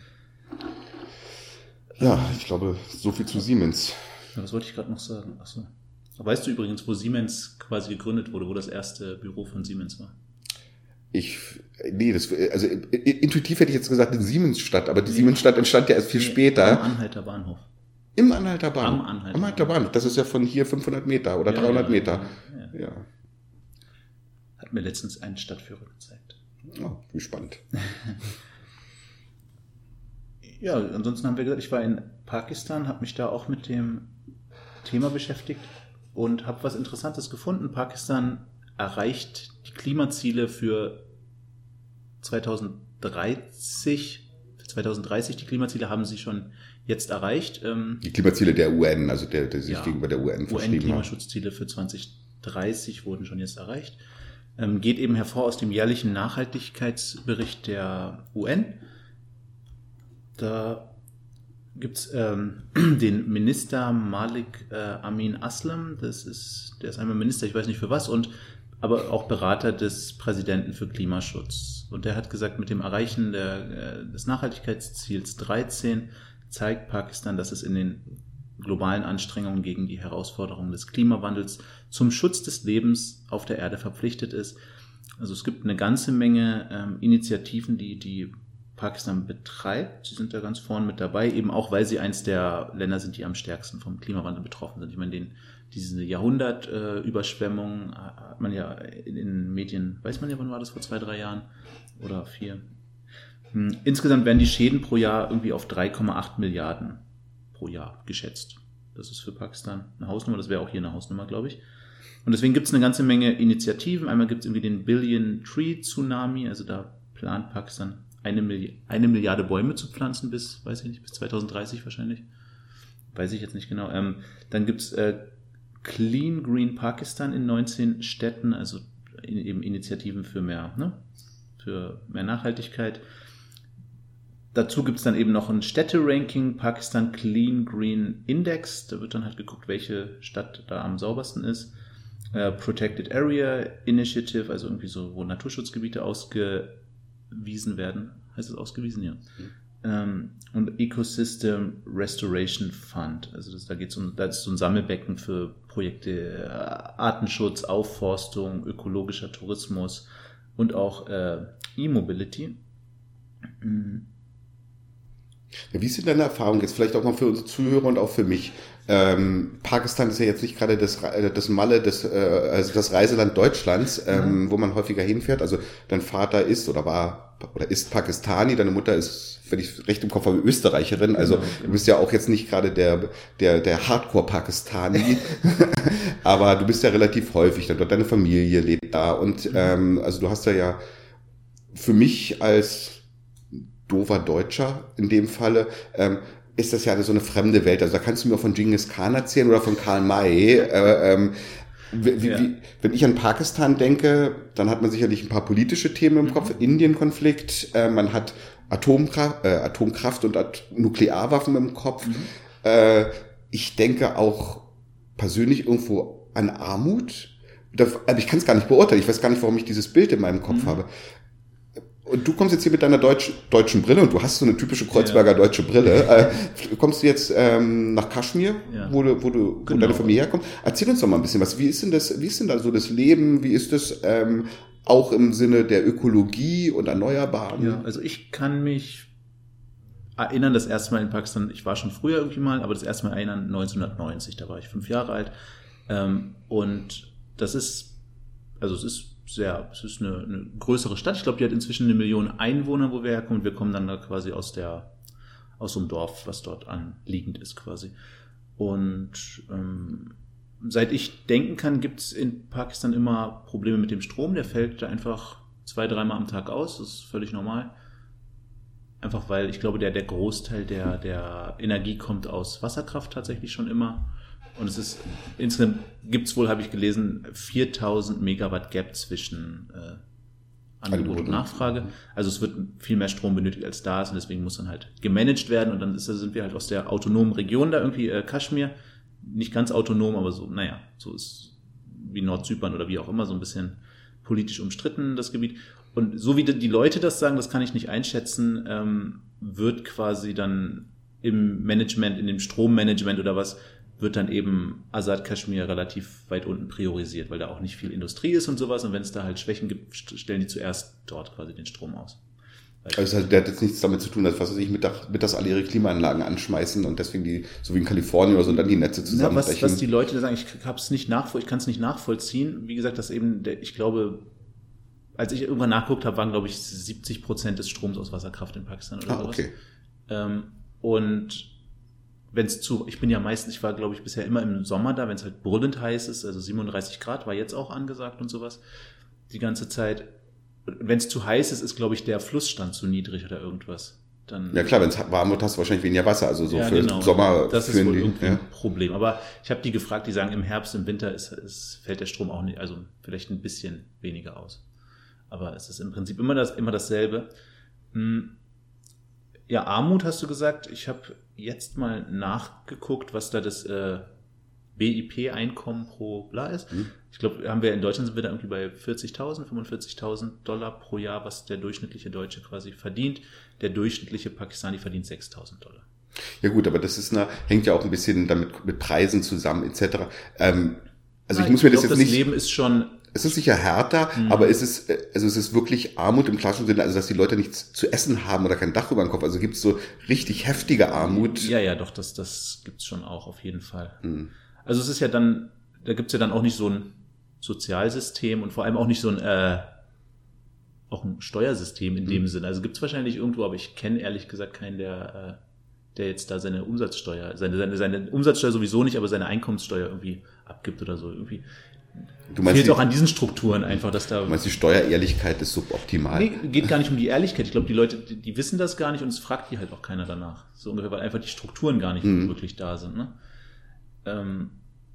Ja, ich glaube, so viel zu Siemens. Ja, was wollte ich gerade noch sagen? Achso. Weißt du übrigens, wo Siemens quasi gegründet wurde, wo das erste Büro von Siemens war? Ich, nee, das, also intuitiv hätte ich jetzt gesagt in Siemensstadt, aber die Siemensstadt entstand ja erst viel nee, später. Am Anhalter Bahnhof. Im Anhalter Am Bahnhof? Anhalter, Am Anhalter Bahnhof. Das ist ja von hier fünfhundert Meter oder ja, dreihundert ja, Meter. Ja. Ja. Hat mir letztens einen Stadtführer gezeigt. Oh, wie spannend. Ja, ansonsten haben wir gesagt, ich war in Pakistan, habe mich da auch mit dem Thema beschäftigt und habe was Interessantes gefunden. Pakistan erreicht die Klimaziele für zweitausenddreißig. Für zweitausenddreißig, die Klimaziele haben sie schon jetzt erreicht. Die Klimaziele der U N, also der, der sich Ja, gegenüber der U N verschrieben U hat. N-Klimaschutzziele für zweitausenddreißig wurden schon jetzt erreicht. Ähm, geht eben hervor aus dem jährlichen Nachhaltigkeitsbericht der U N. Da gibt's ähm, den Minister Malik äh, Amin Aslam, das ist, der ist einmal Minister, ich weiß nicht für was, und aber auch Berater des Präsidenten für Klimaschutz. Und der hat gesagt, mit dem Erreichen der, äh, des Nachhaltigkeitsziels dreizehn zeigt Pakistan, dass es in den globalen Anstrengungen gegen die Herausforderungen des Klimawandels zum Schutz des Lebens auf der Erde verpflichtet ist. Also es gibt eine ganze Menge ähm, Initiativen, die die Pakistan betreibt. Sie sind da ganz vorne mit dabei, eben auch, weil sie eins der Länder sind, die am stärksten vom Klimawandel betroffen sind. Ich meine, den, diese Jahrhundertüberschwemmung äh, hat man ja in den Medien, weiß man ja, wann war das, vor zwei, drei Jahren oder vier. Hm. Insgesamt werden die Schäden pro Jahr irgendwie auf drei Komma acht Milliarden pro Jahr geschätzt. Das ist für Pakistan eine Hausnummer, das wäre auch hier eine Hausnummer, glaube ich. Und deswegen gibt es eine ganze Menge Initiativen. Einmal gibt es irgendwie den Billion Tree Tsunami, also da plant Pakistan eine, Milli- eine Milliarde Bäume zu pflanzen bis, weiß ich nicht, bis zweitausenddreißig wahrscheinlich. Weiß ich jetzt nicht genau. Ähm, dann gibt es äh, Clean Green Pakistan in neunzehn Städten, also in, eben Initiativen für mehr, ne? für mehr Nachhaltigkeit. Dazu gibt es dann eben noch ein Städte-Ranking, Pakistan Clean Green Index. Da wird dann halt geguckt, welche Stadt da am saubersten ist. Uh, Protected Area Initiative, also irgendwie so, wo Naturschutzgebiete ausgewiesen werden. Heißt es ausgewiesen? Ja. Mhm. Um, und Ecosystem Restoration Fund. Also das, da geht es um, da ist so ein Sammelbecken für Projekte äh, Artenschutz, Aufforstung, ökologischer Tourismus und auch äh, E-Mobility. Mhm. Ja, wie ist denn deine Erfahrung jetzt, vielleicht auch mal für unsere Zuhörer und auch für mich? Ähm, Pakistan ist ja jetzt nicht gerade das, das Malle, das, äh, also das Reiseland Deutschlands, ähm, mhm. wo man häufiger hinfährt. Also dein Vater ist oder war oder ist Pakistani, deine Mutter ist, wenn ich recht im Kopf habe, Österreicherin. Also genau, du bist ja auch jetzt nicht gerade der der der Hardcore-Pakistani, aber du bist ja relativ häufig dort. Deine Familie lebt da und ähm, also du hast ja ja für mich als doofer Deutscher in dem Falle, ähm, ist das ja so eine fremde Welt. Also da kannst du mir auch von Genghis Khan erzählen oder von Karl May. Äh, ähm, wie, ja. wie, wenn ich an Pakistan denke, dann hat man sicherlich ein paar politische Themen im mhm. Kopf. Indien-Konflikt, äh, man hat Atomkraft, äh, Atomkraft und At- Nuklearwaffen im Kopf. Mhm. Äh, ich denke auch persönlich irgendwo an Armut. Aber ich kann es gar nicht beurteilen. Ich weiß gar nicht, warum ich dieses Bild in meinem Kopf mhm. habe. Und du kommst jetzt hier mit deiner Deutsch, deutschen Brille und du hast so eine typische Kreuzberger ja. deutsche Brille. Äh, kommst du jetzt ähm, nach Kaschmir, ja. wo du, wo du, wo genau. deine Familie herkommt? Erzähl uns doch mal ein bisschen was. Wie ist denn das, wie ist denn da so das Leben? Wie ist das ähm, auch im Sinne der Ökologie und Erneuerbaren? Ja, also ich kann mich erinnern, das erste Mal in Pakistan, ich war schon früher irgendwie mal, aber das erste Mal erinnern neunzehnhundertneunzig, da war ich fünf Jahre alt. Ähm, und das ist, also es ist sehr, es ist eine, eine größere Stadt. Ich glaube, die hat inzwischen eine Million Einwohner, wo wir herkommen. Wir kommen dann da quasi aus der, aus so einem Dorf, was dort anliegend ist quasi. Und ähm, seit ich denken kann, gibt es in Pakistan immer Probleme mit dem Strom. Der fällt da einfach zwei, dreimal am Tag aus. Das ist völlig normal. Einfach weil ich glaube, der, der Großteil der, der Energie kommt aus Wasserkraft tatsächlich schon immer. Und es ist, insgesamt gibt es wohl, habe ich gelesen, viertausend Megawatt Gap zwischen äh, Angebot und Nachfrage. Also es wird viel mehr Strom benötigt, als da ist und deswegen muss dann halt gemanagt werden und dann ist, sind wir halt aus der autonomen Region da irgendwie, äh, Kaschmir, nicht ganz autonom, aber so, naja, so ist wie Nordzypern oder wie auch immer, so ein bisschen politisch umstritten, das Gebiet. Und so wie die Leute das sagen, das kann ich nicht einschätzen, ähm, wird quasi dann im Management, in dem Strommanagement oder was, wird dann eben Azad Kaschmir relativ weit unten priorisiert, weil da auch nicht viel Industrie ist und sowas. Und wenn es da halt Schwächen gibt, stellen die zuerst dort quasi den Strom aus. Also der hat jetzt nichts damit zu tun, dass was weiß ich, Mittag, mittags alle ihre Klimaanlagen anschmeißen und deswegen die, so wie in Kalifornien oder so, und dann die Netze zusammenbrechen. Ja, was, was die Leute sagen, ich hab's nicht nachvoll, ich kann es nicht nachvollziehen. Wie gesagt, dass eben, der, ich glaube, als ich irgendwann nachgeguckt habe, waren, glaube ich, siebzig Prozent des Stroms aus Wasserkraft in Pakistan oder ah, sowas. Okay. Ähm, und wenn es zu, ich bin ja meistens, ich war, glaube ich, bisher immer im Sommer da, wenn es halt brüllend heiß ist, also siebenunddreißig Grad war jetzt auch angesagt und sowas, die ganze Zeit. Wenn es zu heiß ist, ist, glaube ich, der Flussstand zu niedrig oder irgendwas. Dann, ja klar, wenn es warm wird, hast du wahrscheinlich weniger Wasser, also so ja, für genau. Sommer. Das ist wohl die, irgendwie ja. ein Problem. Aber ich habe die gefragt, die sagen, im Herbst, im Winter ist, ist, fällt der Strom auch nicht, also vielleicht ein bisschen weniger aus. Aber es ist im Prinzip immer, das, immer dasselbe. Ja, Armut hast du gesagt. Ich habe jetzt mal nachgeguckt, was da das äh, B I P-Einkommen pro bla ist. Hm. Ich glaube, haben wir in Deutschland sind wir da irgendwie bei vierzigtausend, fünfundvierzigtausend Dollar pro Jahr, was der durchschnittliche Deutsche quasi verdient. Der durchschnittliche Pakistani verdient sechstausend Dollar. Ja gut, aber das ist eine, hängt ja auch ein bisschen damit mit Preisen zusammen et cetera. Ähm, also Na, ich muss mir ich das glaub, jetzt das nicht. Das Leben ist schon. Es ist sicher härter, mhm. aber es ist, also es ist wirklich Armut im klassischen Sinne, also dass die Leute nichts zu essen haben oder kein Dach über dem Kopf. Also gibt es so richtig heftige Armut. Ja, ja, doch, das, das gibt's schon auch auf jeden Fall. Mhm. Also es ist ja dann, da gibt's ja dann auch nicht so ein Sozialsystem und vor allem auch nicht so ein, äh, auch ein Steuersystem in mhm. dem Sinne. Also gibt's wahrscheinlich irgendwo, aber ich kenne ehrlich gesagt keinen, der, äh, der jetzt da seine Umsatzsteuer, seine, seine, seine Umsatzsteuer sowieso nicht, aber seine Einkommenssteuer irgendwie abgibt oder so. Irgendwie. Du meinst fehlt die, auch an diesen Strukturen einfach, dass da. Du meinst, die Steuerehrlichkeit ist suboptimal? Nee, geht gar nicht um die Ehrlichkeit. Ich glaube, die Leute, die, die wissen das gar nicht und es fragt die halt auch keiner danach. So ungefähr, weil einfach die Strukturen gar nicht mhm. wirklich da sind. Ne? Ähm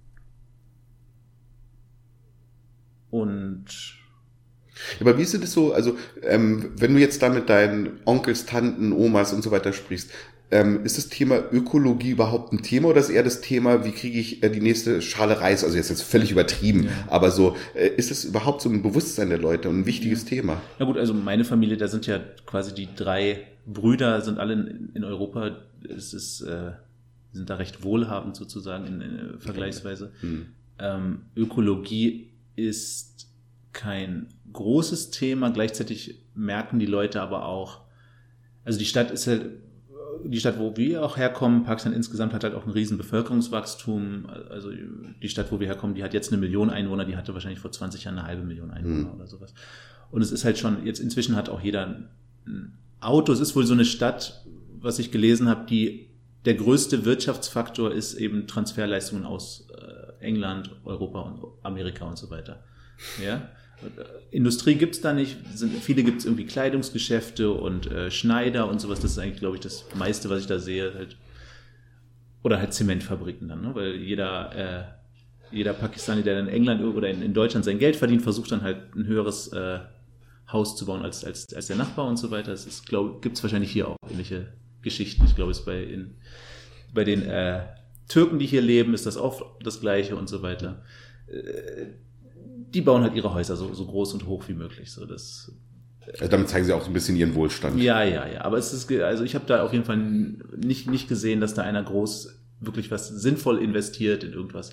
und aber wie ist das so, also ähm, wenn du jetzt da mit deinen Onkels, Tanten, Omas und so weiter sprichst, ähm, ist das Thema Ökologie überhaupt ein Thema oder ist eher das Thema, wie kriege ich äh, die nächste Schale Reis, also jetzt jetzt völlig übertrieben, ja. aber so, äh, ist es überhaupt so ein Bewusstsein der Leute und ein wichtiges ja. Thema? Na gut, also meine Familie, da sind ja quasi die drei Brüder, sind alle in, in Europa, es ist, äh, sind da recht wohlhabend sozusagen in, in, vergleichsweise. Mhm. Ähm, Ökologie ist kein großes Thema, gleichzeitig merken die Leute aber auch, also die Stadt ist halt, die Stadt, wo wir auch herkommen, Pakistan insgesamt hat halt auch ein riesen Bevölkerungswachstum, also die Stadt, wo wir herkommen, die hat jetzt eine Million Einwohner, die hatte wahrscheinlich vor zwanzig Jahren eine halbe Million Einwohner mhm. oder sowas. Und es ist halt schon, jetzt inzwischen hat auch jeder ein Auto, es ist wohl so eine Stadt, was ich gelesen habe, die, der größte Wirtschaftsfaktor ist eben Transferleistungen aus äh, England, Europa und Amerika und so weiter. Ja, Industrie gibt's da nicht, sind, viele gibt's irgendwie Kleidungsgeschäfte und äh, Schneider und sowas, das ist eigentlich, glaube ich, das meiste, was ich da sehe, halt, oder halt Zementfabriken dann, ne? Weil jeder, äh, jeder Pakistani, der in England oder in, in Deutschland sein Geld verdient, versucht dann halt ein höheres äh, Haus zu bauen als, als, als der Nachbar und so weiter. Das ist, glaube, gibt's wahrscheinlich hier auch ähnliche Geschichten. Ich glaube, es bei, in, bei den äh, Türken, die hier leben, ist das auch das Gleiche und so weiter. Äh, die bauen halt ihre Häuser so, so groß und hoch wie möglich. So, das, also damit zeigen sie auch so ein bisschen ihren Wohlstand. Ja, ja, ja. Aber es ist, also ich habe da auf jeden Fall nicht, nicht gesehen, dass da einer groß wirklich was sinnvoll investiert in irgendwas.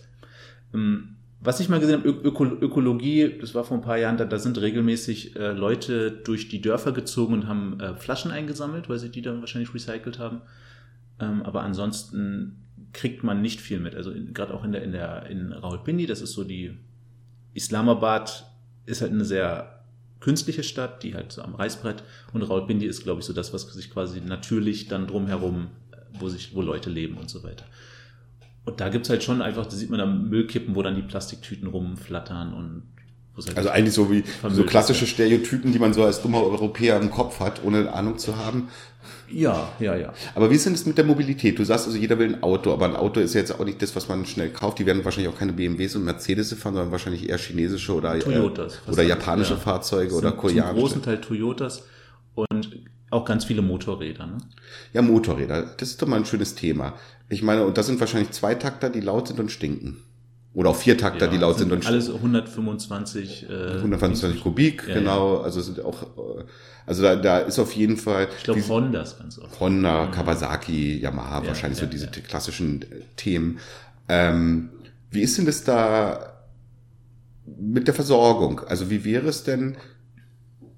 Was ich mal gesehen habe, Öko, Ökologie, das war vor ein paar Jahren, da, da sind regelmäßig äh, Leute durch die Dörfer gezogen und haben äh, Flaschen eingesammelt, weil sie die dann wahrscheinlich recycelt haben. Ähm, aber ansonsten kriegt man nicht viel mit. Also gerade auch in der in der in Rawalpindi, das ist so die Islamabad ist halt eine sehr künstliche Stadt, die halt so am Reißbrett, und Rawalpindi ist, glaube ich, so das, was sich quasi natürlich dann drumherum, wo sich, wo Leute leben und so weiter. Und da gibt's halt schon einfach, da sieht man da Müllkippen, wo dann die Plastiktüten rumflattern und halt also eigentlich so wie so klassische Stereotypen, die man so als dummer Europäer im Kopf hat, ohne Ahnung zu haben. Ja, ja, ja. Aber wie ist denn das mit der Mobilität? Du sagst also, jeder will ein Auto, aber ein Auto ist ja jetzt auch nicht das, was man schnell kauft. Die werden wahrscheinlich auch keine B M Ws und Mercedes fahren, sondern wahrscheinlich eher chinesische oder Toyotas, äh, oder japanische ja. Fahrzeuge oder koreanische. Zum großen Teil Toyotas und auch ganz viele Motorräder, ne? Ja, Motorräder. Das ist doch mal ein schönes Thema. Ich meine, und das sind wahrscheinlich Zweitakter, die laut sind und stinken. Oder auch Viertakter, ja, die laut sind, sind und alles hundertfünfundzwanzig äh, hundertfünfundzwanzig Kubik, ja, genau. Ja. Also sind auch, also da, da ist auf jeden Fall. Ich glaube Hondas ganz oft. Honda, Kawasaki, Yamaha, ja, wahrscheinlich ja, so diese ja. klassischen Themen. Ähm, wie ist denn das da mit der Versorgung? Also wie wäre es denn?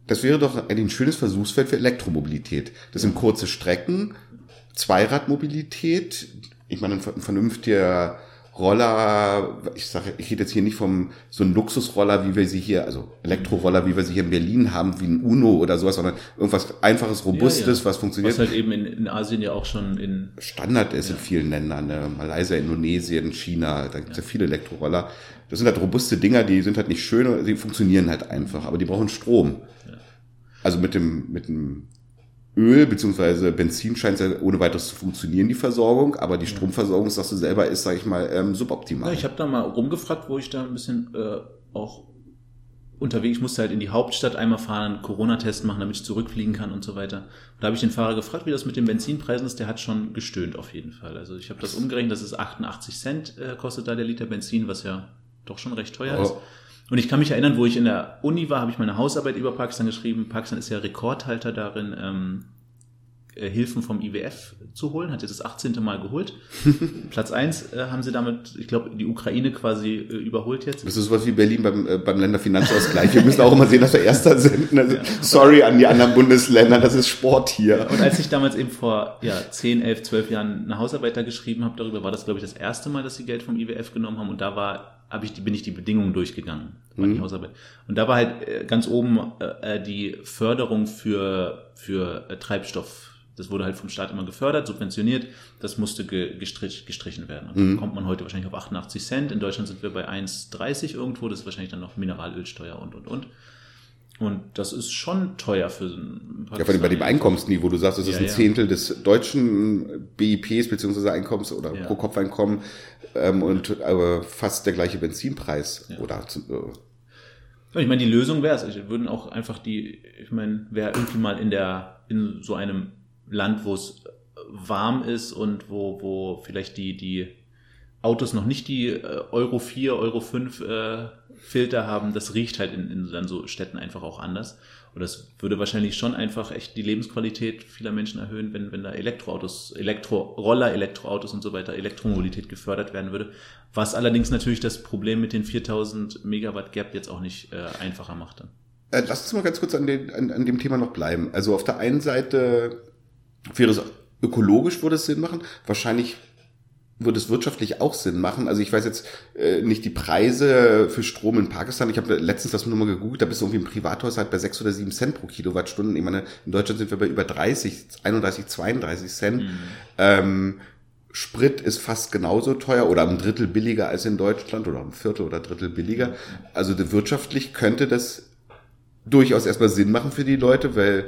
das wäre doch eigentlich ein schönes Versuchsfeld für Elektromobilität. Das sind kurze Strecken, Zweiradmobilität, ich meine, ein vernünftiger Roller, ich sage, ich rede jetzt hier nicht vom so ein Luxusroller, wie wir sie hier, also Elektroroller, wie wir sie hier in Berlin haben, wie ein Uno oder sowas, sondern irgendwas Einfaches, Robustes, ja, ja. was funktioniert. Was halt eben in, in Asien ja auch schon in Standard ist, ja. in vielen Ländern, ne? Malaysia, Indonesien, China, da gibt es ja. ja viele Elektroroller. Das sind halt robuste Dinger, die sind halt nicht schön, die funktionieren halt einfach, aber die brauchen Strom. Ja. Also mit dem, mit dem Öl bzw. Benzin scheint ja ohne weiteres zu funktionieren, die Versorgung, aber die Stromversorgung, sagst du selber, ist, sag ich mal, ähm, suboptimal. Ja, ich habe da mal rumgefragt, wo ich da ein bisschen äh, auch unterwegs, ich musste halt in die Hauptstadt einmal fahren, einen Corona-Test machen, damit ich zurückfliegen kann und so weiter. Und da habe ich den Fahrer gefragt, wie das mit den Benzinpreisen ist, der hat schon gestöhnt auf jeden Fall. Also ich habe das umgerechnet, das ist achtundachtzig Cent äh, kostet da der Liter Benzin, was ja doch schon recht teuer oh. ist. Und ich kann mich erinnern, wo ich in der Uni war, habe ich meine Hausarbeit über Pakistan geschrieben. Pakistan ist ja Rekordhalter darin, ähm, äh, Hilfen vom I W F zu holen. Hat jetzt das achtzehnte Mal geholt. Platz eins äh, haben sie damit, ich glaube, die Ukraine quasi äh, überholt jetzt. Das ist sowas wie Berlin beim, äh, beim Länderfinanzausgleich. Wir müssen auch immer sehen, dass wir Erster sind. Also, ja. Sorry an die anderen Bundesländer, das ist Sport hier. Ja, und als ich damals eben vor ja, zehn, elf, zwölf Jahren eine Hausarbeit da geschrieben habe darüber, war das, glaube ich, das erste Mal, dass sie Geld vom I W F genommen haben. Und da war Hab ich die, bin ich die Bedingungen durchgegangen, war die mhm. Hausarbeit. Und da war halt äh, ganz oben äh, die Förderung für für äh, Treibstoff. Das wurde halt vom Staat immer gefördert, subventioniert. Das musste ge, gestrich, gestrichen werden. Und mhm. dann kommt man heute wahrscheinlich auf achtundachtzig Cent. In Deutschland sind wir bei eins Komma dreißig irgendwo. Das ist wahrscheinlich dann noch Mineralölsteuer und und und. Und das ist schon teuer für so ein Ja, vor allem bei dem Einkommensniveau. Du sagst, das ist ja, ein Zehntel ja. des deutschen B I Ps beziehungsweise Einkommens oder ja. Pro-Kopf-Einkommen ähm, und aber fast der gleiche Benzinpreis. Ja. Oder äh, ich meine, die Lösung wäre es. Ich würden auch einfach die, ich meine, wer irgendwie mal in der in so einem Land, wo es warm ist und wo wo vielleicht die die Autos noch nicht die äh, Euro vier, Euro fünf äh, Filter haben, das riecht halt in, in dann so Städten einfach auch anders. Und das würde wahrscheinlich schon einfach echt die Lebensqualität vieler Menschen erhöhen, wenn wenn da Elektroautos, Elektroroller, Elektroautos und so weiter, Elektromobilität gefördert werden würde. Was allerdings natürlich das Problem mit den viertausend Megawatt Gap jetzt auch nicht äh, einfacher macht dann. Äh, lass uns mal ganz kurz an, den, an, an dem Thema noch bleiben. Also auf der einen Seite wäre es ökologisch, würde es Sinn machen. Wahrscheinlich würde es wirtschaftlich auch Sinn machen. Also ich weiß jetzt äh, nicht die Preise für Strom in Pakistan. Ich habe letztens das nur mal gegoogelt, da bist du irgendwie im Privathaushalt bei sechs oder sieben Cent pro Kilowattstunde. Ich meine, in Deutschland sind wir bei über dreißig, einunddreißig, zweiunddreißig Cent. Mhm. Ähm, Sprit ist fast genauso teuer oder ein Drittel billiger als in Deutschland oder ein Viertel oder Drittel billiger. Also wirtschaftlich könnte das durchaus erstmal Sinn machen für die Leute, weil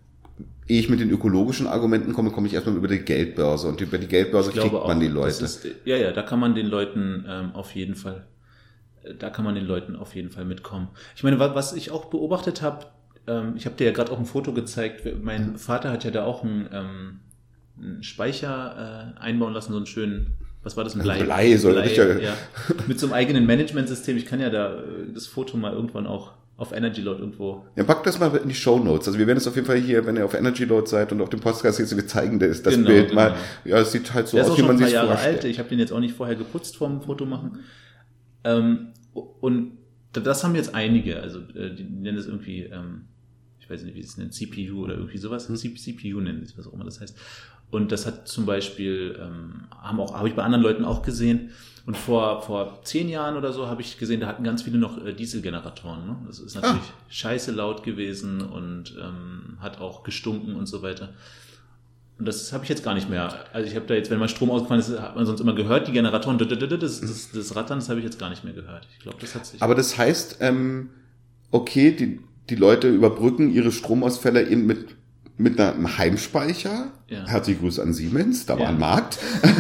ehe ich mit den ökologischen Argumenten komme, komme ich erstmal über die Geldbörse. Und über die Geldbörse kriegt man auch, die Leute. Ist, ja, ja, da kann man den Leuten ähm, auf jeden Fall, da kann man den Leuten auf jeden Fall mitkommen. Ich meine, was ich auch beobachtet habe, ähm, ich habe dir ja gerade auch ein Foto gezeigt, mein Vater hat ja da auch einen, ähm, einen Speicher äh, einbauen lassen, so einen schönen, was war das, ein Blei? Blei, soll Blei, ja. ja. Mit so einem eigenen Managementsystem. Ich kann ja da äh, das Foto mal irgendwann auch auf Energyload irgendwo. Ja, packt das mal in die Shownotes. Also wir werden es auf jeden Fall hier, wenn ihr auf Energyload seid und auf dem Podcast jetzt, wir zeigen das, das genau, Bild genau. mal. Ja, es sieht halt so der aus, wie man sich vorstellt. Der ist auch schon ein paar Jahre alt. Ich habe den jetzt auch nicht vorher geputzt vorm Foto machen. Ähm, und das haben jetzt einige. Also die nennen es irgendwie, ähm, ich weiß nicht, wie sie es nennen, C P U oder irgendwie sowas. Hm. C P U nennen sie es, was auch immer das heißt. Und das hat zum Beispiel, ähm, haben auch, habe ich bei anderen Leuten auch gesehen. Und vor vor zehn Jahren oder so habe ich gesehen, da hatten ganz viele noch äh, Dieselgeneratoren. Ne? Das ist natürlich ah. scheiße laut gewesen und ähm, hat auch gestunken und so weiter. Und das habe ich jetzt gar nicht mehr. Also ich habe da jetzt, wenn mal Strom ausgefallen ist, hat man sonst immer gehört, die Generatoren, das, das, das Rattern, das habe ich jetzt gar nicht mehr gehört. Ich glaube, das hat sich... Aber das heißt, ähm, okay, die, die Leute überbrücken ihre Stromausfälle eben mit... mit einem Heimspeicher. Ja. Herzliche Grüße an Siemens, da ja. war ein Markt.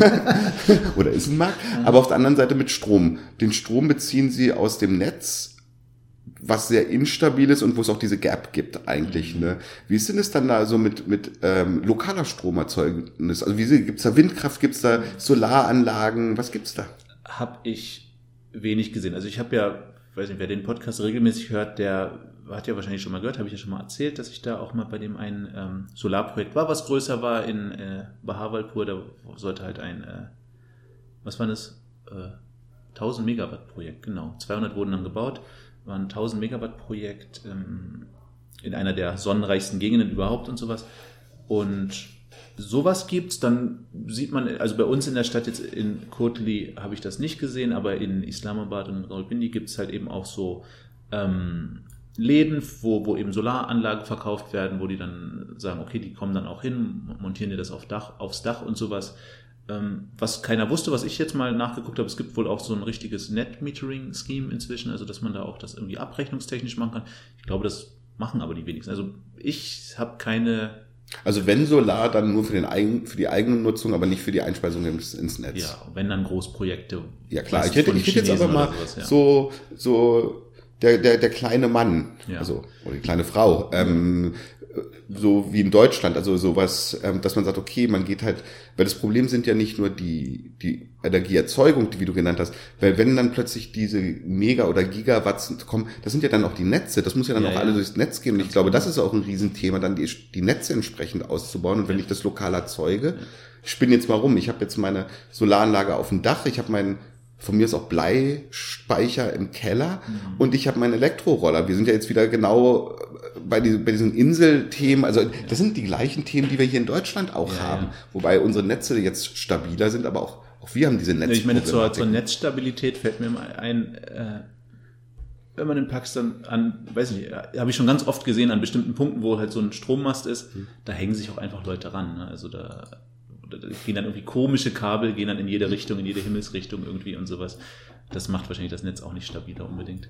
Oder ist ein Markt. Ja. Aber auf der anderen Seite mit Strom. Den Strom beziehen sie aus dem Netz, was sehr instabil ist und wo es auch diese Gap gibt eigentlich. Mhm. Ne? Wie ist denn es dann da so mit, mit ähm, lokaler Stromerzeugnis? Also wie gibt's da Windkraft, gibt's da Solaranlagen? Was gibt's da? Hab ich wenig gesehen. Also ich habe ja, weiß nicht, wer den Podcast regelmäßig hört, der hat ja wahrscheinlich schon mal gehört, habe ich ja schon mal erzählt, dass ich da auch mal bei dem ein ähm, Solarprojekt war, was größer war in äh, Bahawalpur, da sollte halt ein, äh, was war das? Äh, tausend Megawatt Projekt, genau. zweihundert wurden dann gebaut, war ein tausend Megawatt Projekt ähm, in einer der sonnenreichsten Gegenden überhaupt und sowas. Und sowas gibt's, dann sieht man, also bei uns in der Stadt jetzt in Kotli habe ich das nicht gesehen, aber in Islamabad und Rawalpindi gibt's halt eben auch so ähm, Läden, wo, wo eben Solaranlagen verkauft werden, wo die dann sagen, okay, die kommen dann auch hin, montieren dir das auf Dach, aufs Dach und sowas. Ähm, was keiner wusste, was ich jetzt mal nachgeguckt habe, es gibt wohl auch so ein richtiges Net-Metering-Scheme inzwischen, also dass man da auch das irgendwie abrechnungstechnisch machen kann. Ich glaube, das machen aber die wenigsten. Also ich habe keine... Also wenn Solar, dann nur für, den eigen, für die eigene Nutzung, aber nicht für die Einspeisung ins, ins Netz. Ja, wenn dann Großprojekte. Ja klar, ich hätte, ich hätte jetzt aber mal sowas, ja. so... so Der, der, der kleine Mann, ja. also, oder die kleine Frau, ähm, so wie in Deutschland, also sowas, ähm, dass man sagt, okay, man geht halt, weil das Problem sind ja nicht nur die, die Energieerzeugung, die, wie du genannt hast, weil wenn dann plötzlich diese Mega- oder Gigawatts kommen, das sind ja dann auch die Netze, das muss ja dann ja, auch ja. alle durchs Netz gehen und ich glaube, das ist auch ein Riesenthema, dann die, die Netze entsprechend auszubauen und wenn ich das lokal erzeuge, ich spinne jetzt mal rum, ich habe jetzt meine Solaranlage auf dem Dach, ich habe meinen von mir ist auch Bleispeicher im Keller mhm. und ich habe meinen Elektroroller. Wir sind ja jetzt wieder genau bei diesen, bei diesen Inselthemen. Also ja. das sind die gleichen Themen, die wir hier in Deutschland auch ja, haben. Ja. Wobei unsere Netze jetzt stabiler sind, aber auch, auch wir haben diese Netze. Ich meine, zur, zur Netzstabilität fällt mir mal ein, äh, wenn man in Pakistan an, weiß nicht, habe ich schon ganz oft gesehen, an bestimmten Punkten, wo halt so ein Strommast ist, mhm. da hängen sich auch einfach Leute ran. Ne? Also da... Da gehen dann irgendwie komische Kabel, gehen dann in jede Richtung, in jede Himmelsrichtung irgendwie und sowas. Das macht wahrscheinlich das Netz auch nicht stabiler unbedingt.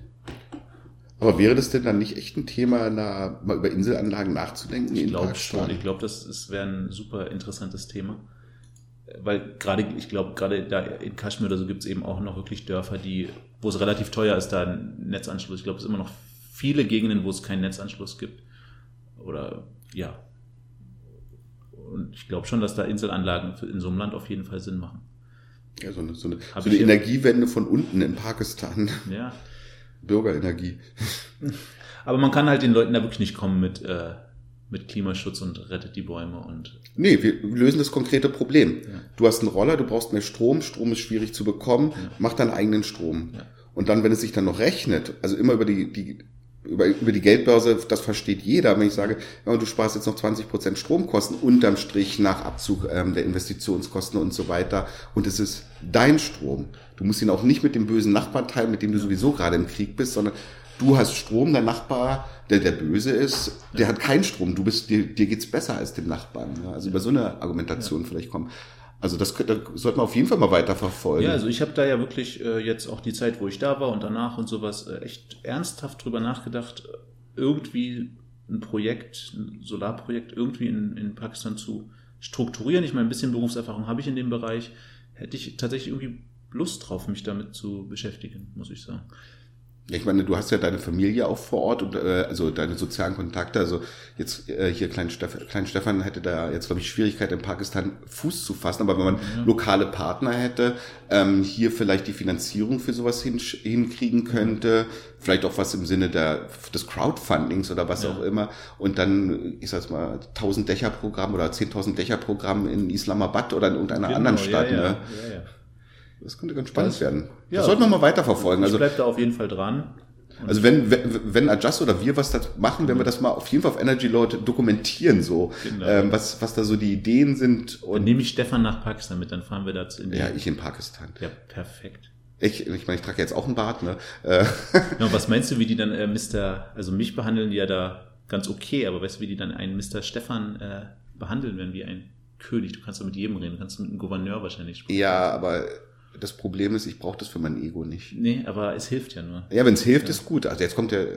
Aber wäre das denn dann nicht echt ein Thema, da mal über Inselanlagen nachzudenken? Ich glaube schon. Ich glaube, das, das wäre ein super interessantes Thema. Weil gerade, ich glaube, gerade da in Kaschmir oder so gibt es eben auch noch wirklich Dörfer, die, wo es relativ teuer ist, da ein Netzanschluss. Ich glaube, es sind immer noch viele Gegenden, wo es keinen Netzanschluss gibt. Oder, ja. Und ich glaube schon, dass da Inselanlagen in so einem Land auf jeden Fall Sinn machen. Ja, so eine, so eine, so eine Energiewende von unten in Pakistan. Ja. Bürgerenergie. Aber man kann halt den Leuten da wirklich nicht kommen mit, äh, mit Klimaschutz und rettet die Bäume und. Nee, wir lösen das konkrete Problem. Ja. Du hast einen Roller, du brauchst mehr Strom, Strom ist schwierig zu bekommen, ja. Mach deinen eigenen Strom. Ja. Und dann, wenn es sich dann noch rechnet, also immer über die, die Über, über die Geldbörse, das versteht jeder, wenn ich sage, ja, du sparst jetzt noch zwanzig Prozent Stromkosten unterm Strich nach Abzug ähm, der Investitionskosten und so weiter und es ist dein Strom. Du musst ihn auch nicht mit dem bösen Nachbarn teilen, mit dem du sowieso gerade im Krieg bist, sondern du hast Strom, der Nachbar, der der böse ist, der hat keinen Strom, du bist, dir, dir geht's besser als dem Nachbarn. Ja? Also über so eine Argumentation ja. vielleicht kommen. Also das, das sollte man auf jeden Fall mal weiter verfolgen. Ja, also ich habe da ja wirklich äh, jetzt auch die Zeit, wo ich da war und danach und sowas, äh, echt ernsthaft drüber nachgedacht, irgendwie ein Projekt, ein Solarprojekt irgendwie in, in Pakistan zu strukturieren. Ich meine, ein bisschen Berufserfahrung habe ich in dem Bereich. Hätte ich tatsächlich irgendwie Lust drauf, mich damit zu beschäftigen, muss ich sagen. Ja, ich meine, du hast ja deine Familie auch vor Ort und äh, also deine sozialen Kontakte. Also jetzt äh, hier Klein, Steff- Klein Stefan hätte da jetzt, glaube ich, Schwierigkeit in Pakistan Fuß zu fassen. Aber wenn man ja. lokale Partner hätte, ähm, hier vielleicht die Finanzierung für sowas hin, hinkriegen könnte, vielleicht auch was im Sinne der des Crowdfundings oder was ja. auch immer. Und dann, ich sag's mal, tausend Dächer Programm oder zehntausend Dächer Programm in Islamabad oder in irgendeiner genau, anderen Stadt. Ja, ja, ne? ja, ja. Das könnte ganz spannend das, werden. Ja, das sollten wir mal weiterverfolgen. Ich also bleib da auf jeden Fall dran. Also wenn, wenn, wenn Adjust oder wir was da machen, werden wir das mal auf jeden Fall auf Energy Load dokumentieren, so, genau. ähm, was, was da so die Ideen sind. Und dann nehme ich Stefan nach Pakistan mit, dann fahren wir da in Ja, ich in Pakistan. Ja, perfekt. Ich, ich meine, ich trage jetzt auch einen Bart, ne? Ja, was meinst du, wie die dann äh, Mister, also mich behandeln die ja da ganz okay, aber weißt du, wie die dann einen Mister Stefan äh, behandeln werden wie ein König? Du kannst doch mit jedem reden, du kannst mit einem Gouverneur wahrscheinlich sprechen. Ja, aber das Problem ist, ich brauche das für mein Ego nicht. Nee, aber es hilft ja nur. Ja, wenn es hilft, ja. ist gut. Also jetzt kommt ja...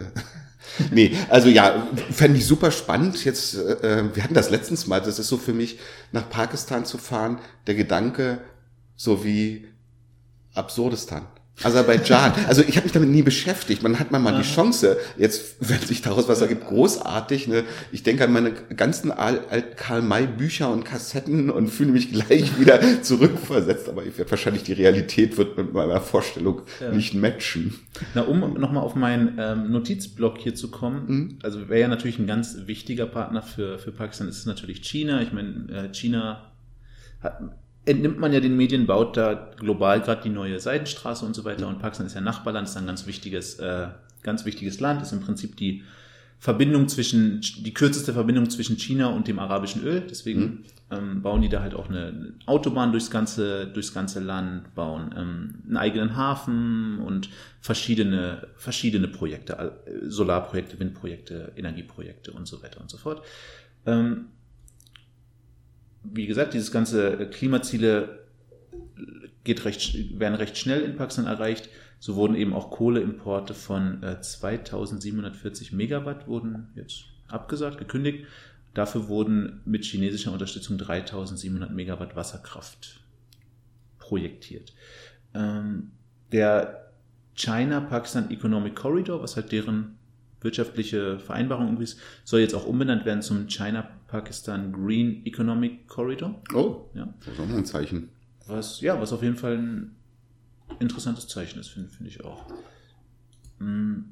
nee, also ja, fände ich super spannend. Jetzt, äh, wir hatten das letztens mal, das ist so für mich, nach Pakistan zu fahren, der Gedanke, so wie Absurdistan. Aserbaidschan. Also ich habe mich damit nie beschäftigt. Man hat mal, mal die Chance, jetzt, wenn sich daraus was ergibt, großartig. Ne? Ich denke an meine ganzen alten Karl-May-Bücher und Kassetten und fühle mich gleich wieder zurückversetzt. Aber ich werde wahrscheinlich, die Realität wird mit meiner Vorstellung ja. nicht matchen. Na, um nochmal auf meinen ähm, Notizblock hier zu kommen, mhm. also wäre ja natürlich ein ganz wichtiger Partner für, für Pakistan, ist es natürlich China. Ich meine, äh, China hat... entnimmt man ja den Medien, baut da global gerade die neue Seidenstraße und so weiter und Pakistan ist ja Nachbarland, ist ein ganz wichtiges, äh, ganz wichtiges Land, ist im Prinzip die Verbindung zwischen, die kürzeste Verbindung zwischen China und dem arabischen Öl. Deswegen mhm. ähm, bauen die da halt auch eine Autobahn durchs ganze, durchs ganze Land, bauen ähm, einen eigenen Hafen und verschiedene, verschiedene Projekte, Solarprojekte, Windprojekte, Energieprojekte und so weiter und so fort. Ähm, wie gesagt, dieses ganze Klimaziele geht recht, werden recht schnell in Pakistan erreicht. So wurden eben auch Kohleimporte von äh, zweitausendsiebenhundertvierzig Megawatt wurden jetzt abgesagt, gekündigt. Dafür wurden mit chinesischer Unterstützung dreitausendsiebenhundert Megawatt Wasserkraft projektiert. Ähm, der China-Pakistan Economic Corridor, was halt deren wirtschaftliche Vereinbarung irgendwie ist, soll jetzt auch umbenannt werden zum China-Pakistan Green Economic Corridor. Oh, ja. Das ist auch mal ein Zeichen. Was, ja, was auf jeden Fall ein interessantes Zeichen ist, finde find ich auch. Mhm.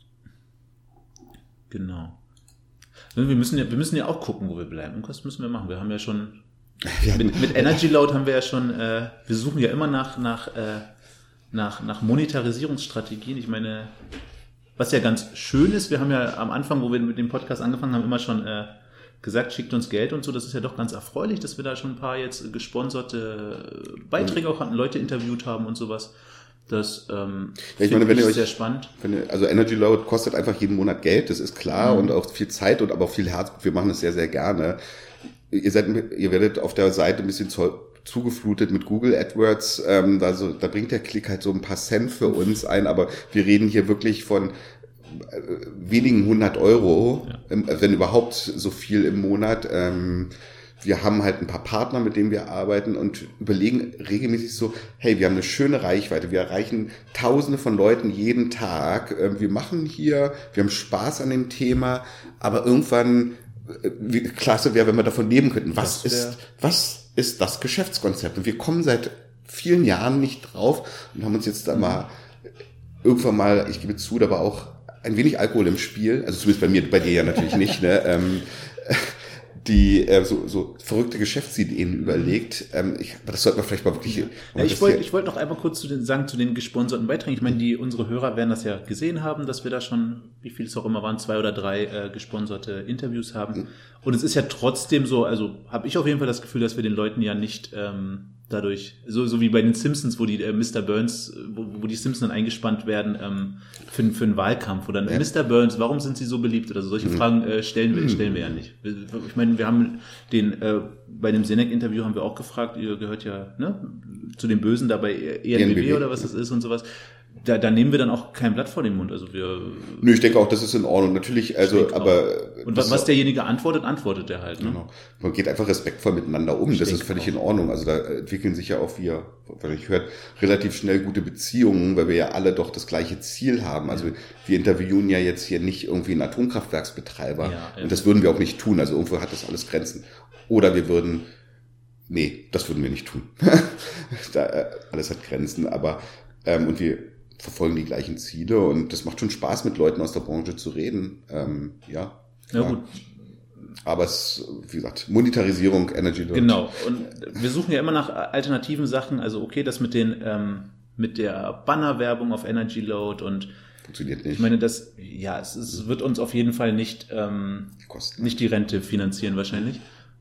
Genau. Wir müssen, ja, wir müssen ja auch gucken, wo wir bleiben. Irgendwas müssen wir machen. Wir haben ja schon, mit, mit Energy Load haben wir ja schon, äh, wir suchen ja immer nach, nach, äh, nach, nach Monetarisierungsstrategien. Ich meine, was ja ganz schön ist, wir haben ja am Anfang, wo wir mit dem Podcast angefangen haben, immer schon äh, gesagt, schickt uns Geld und so. Das ist ja doch ganz erfreulich, dass wir da schon ein paar jetzt gesponserte Beiträge auch hatten, Leute interviewt haben und sowas. Das ähm, ja, ich meine, wenn ich ihr euch, sehr spannend. Wenn ihr, also Energy Load kostet einfach jeden Monat Geld, das ist klar, mhm. und auch viel Zeit und aber auch viel Herzblut. Wir machen das sehr, sehr gerne. Ihr seid, ihr werdet auf der Seite ein bisschen zu, zugeflutet mit Google AdWords. Ähm, also, da bringt der Klick halt so ein paar Cent für uns ein, aber wir reden hier wirklich von wenigen hundert Euro, ja. wenn überhaupt so viel im Monat. Wir haben halt ein paar Partner, mit denen wir arbeiten und überlegen regelmäßig so, hey, wir haben eine schöne Reichweite, wir erreichen Tausende von Leuten jeden Tag, wir machen hier, wir haben Spaß an dem Thema, aber irgendwann, wie klasse wäre, wenn wir davon leben könnten. Was ist, was ist das Geschäftskonzept? Und wir kommen seit vielen Jahren nicht drauf und haben uns jetzt da mhm. mal irgendwann mal, ich gebe zu, da war auch ein wenig Alkohol im Spiel, also zumindest bei mir, bei dir ja natürlich nicht, ne, ähm, die äh, so, so verrückte Geschäftsideen überlegt. Ähm, ich, aber das sollte man vielleicht mal wirklich... Ja. Ja, ich wollte ich wollte noch einmal kurz zu den, sagen, zu den gesponserten Beiträgen. Ich meine, die unsere Hörer werden das ja gesehen haben, dass wir da schon, wie viel es auch immer waren, zwei oder drei äh, gesponserte Interviews haben. Mhm. Und es ist ja trotzdem so, also habe ich auf jeden Fall das Gefühl, dass wir den Leuten ja nicht... Ähm, dadurch, so, so wie bei den Simpsons, wo die äh, Mister Burns, wo, wo die Simpsons dann eingespannt werden ähm, für, für einen Wahlkampf. Oder ja. Mister Burns, warum sind sie so beliebt? Oder so. Solche mhm. Fragen äh, stellen wir stellen wir ja nicht. Ich meine, wir haben den, äh, bei dem Senec-Interview haben wir auch gefragt, ihr gehört ja ne, zu den Bösen da bei E N B W oder was das ist und sowas. Da, da nehmen wir dann auch kein Blatt vor den Mund. Also wir. Nö, ich denke auch, das ist in Ordnung. Natürlich, also, aber. Und was, was derjenige antwortet, antwortet er halt. Ne? Genau. Man geht einfach respektvoll miteinander um. Ich das ist völlig auch. in Ordnung. Also da entwickeln sich ja auch, wie ihr, wenn ich hört, relativ schnell gute Beziehungen, weil wir ja alle doch das gleiche Ziel haben. Also ja. wir interviewen ja jetzt hier nicht irgendwie einen Atomkraftwerksbetreiber. Ja, ja. Und das würden wir auch nicht tun. Also irgendwo hat das alles Grenzen. Oder wir würden, nee, das würden wir nicht tun. da, äh, alles hat Grenzen. Aber, ähm, und wir, verfolgen die gleichen Ziele und das macht schon Spaß, mit Leuten aus der Branche zu reden. Ähm, ja. Ja, gut. Aber es, wie gesagt, Monetarisierung, Energy Load. Genau. Und wir suchen ja immer nach alternativen Sachen. Also okay, das mit den, ähm, mit der Bannerwerbung auf Energy Load und funktioniert nicht. Ich meine, das, ja, es, es wird uns auf jeden Fall nicht, ähm, Kosten. nicht die Rente finanzieren wahrscheinlich.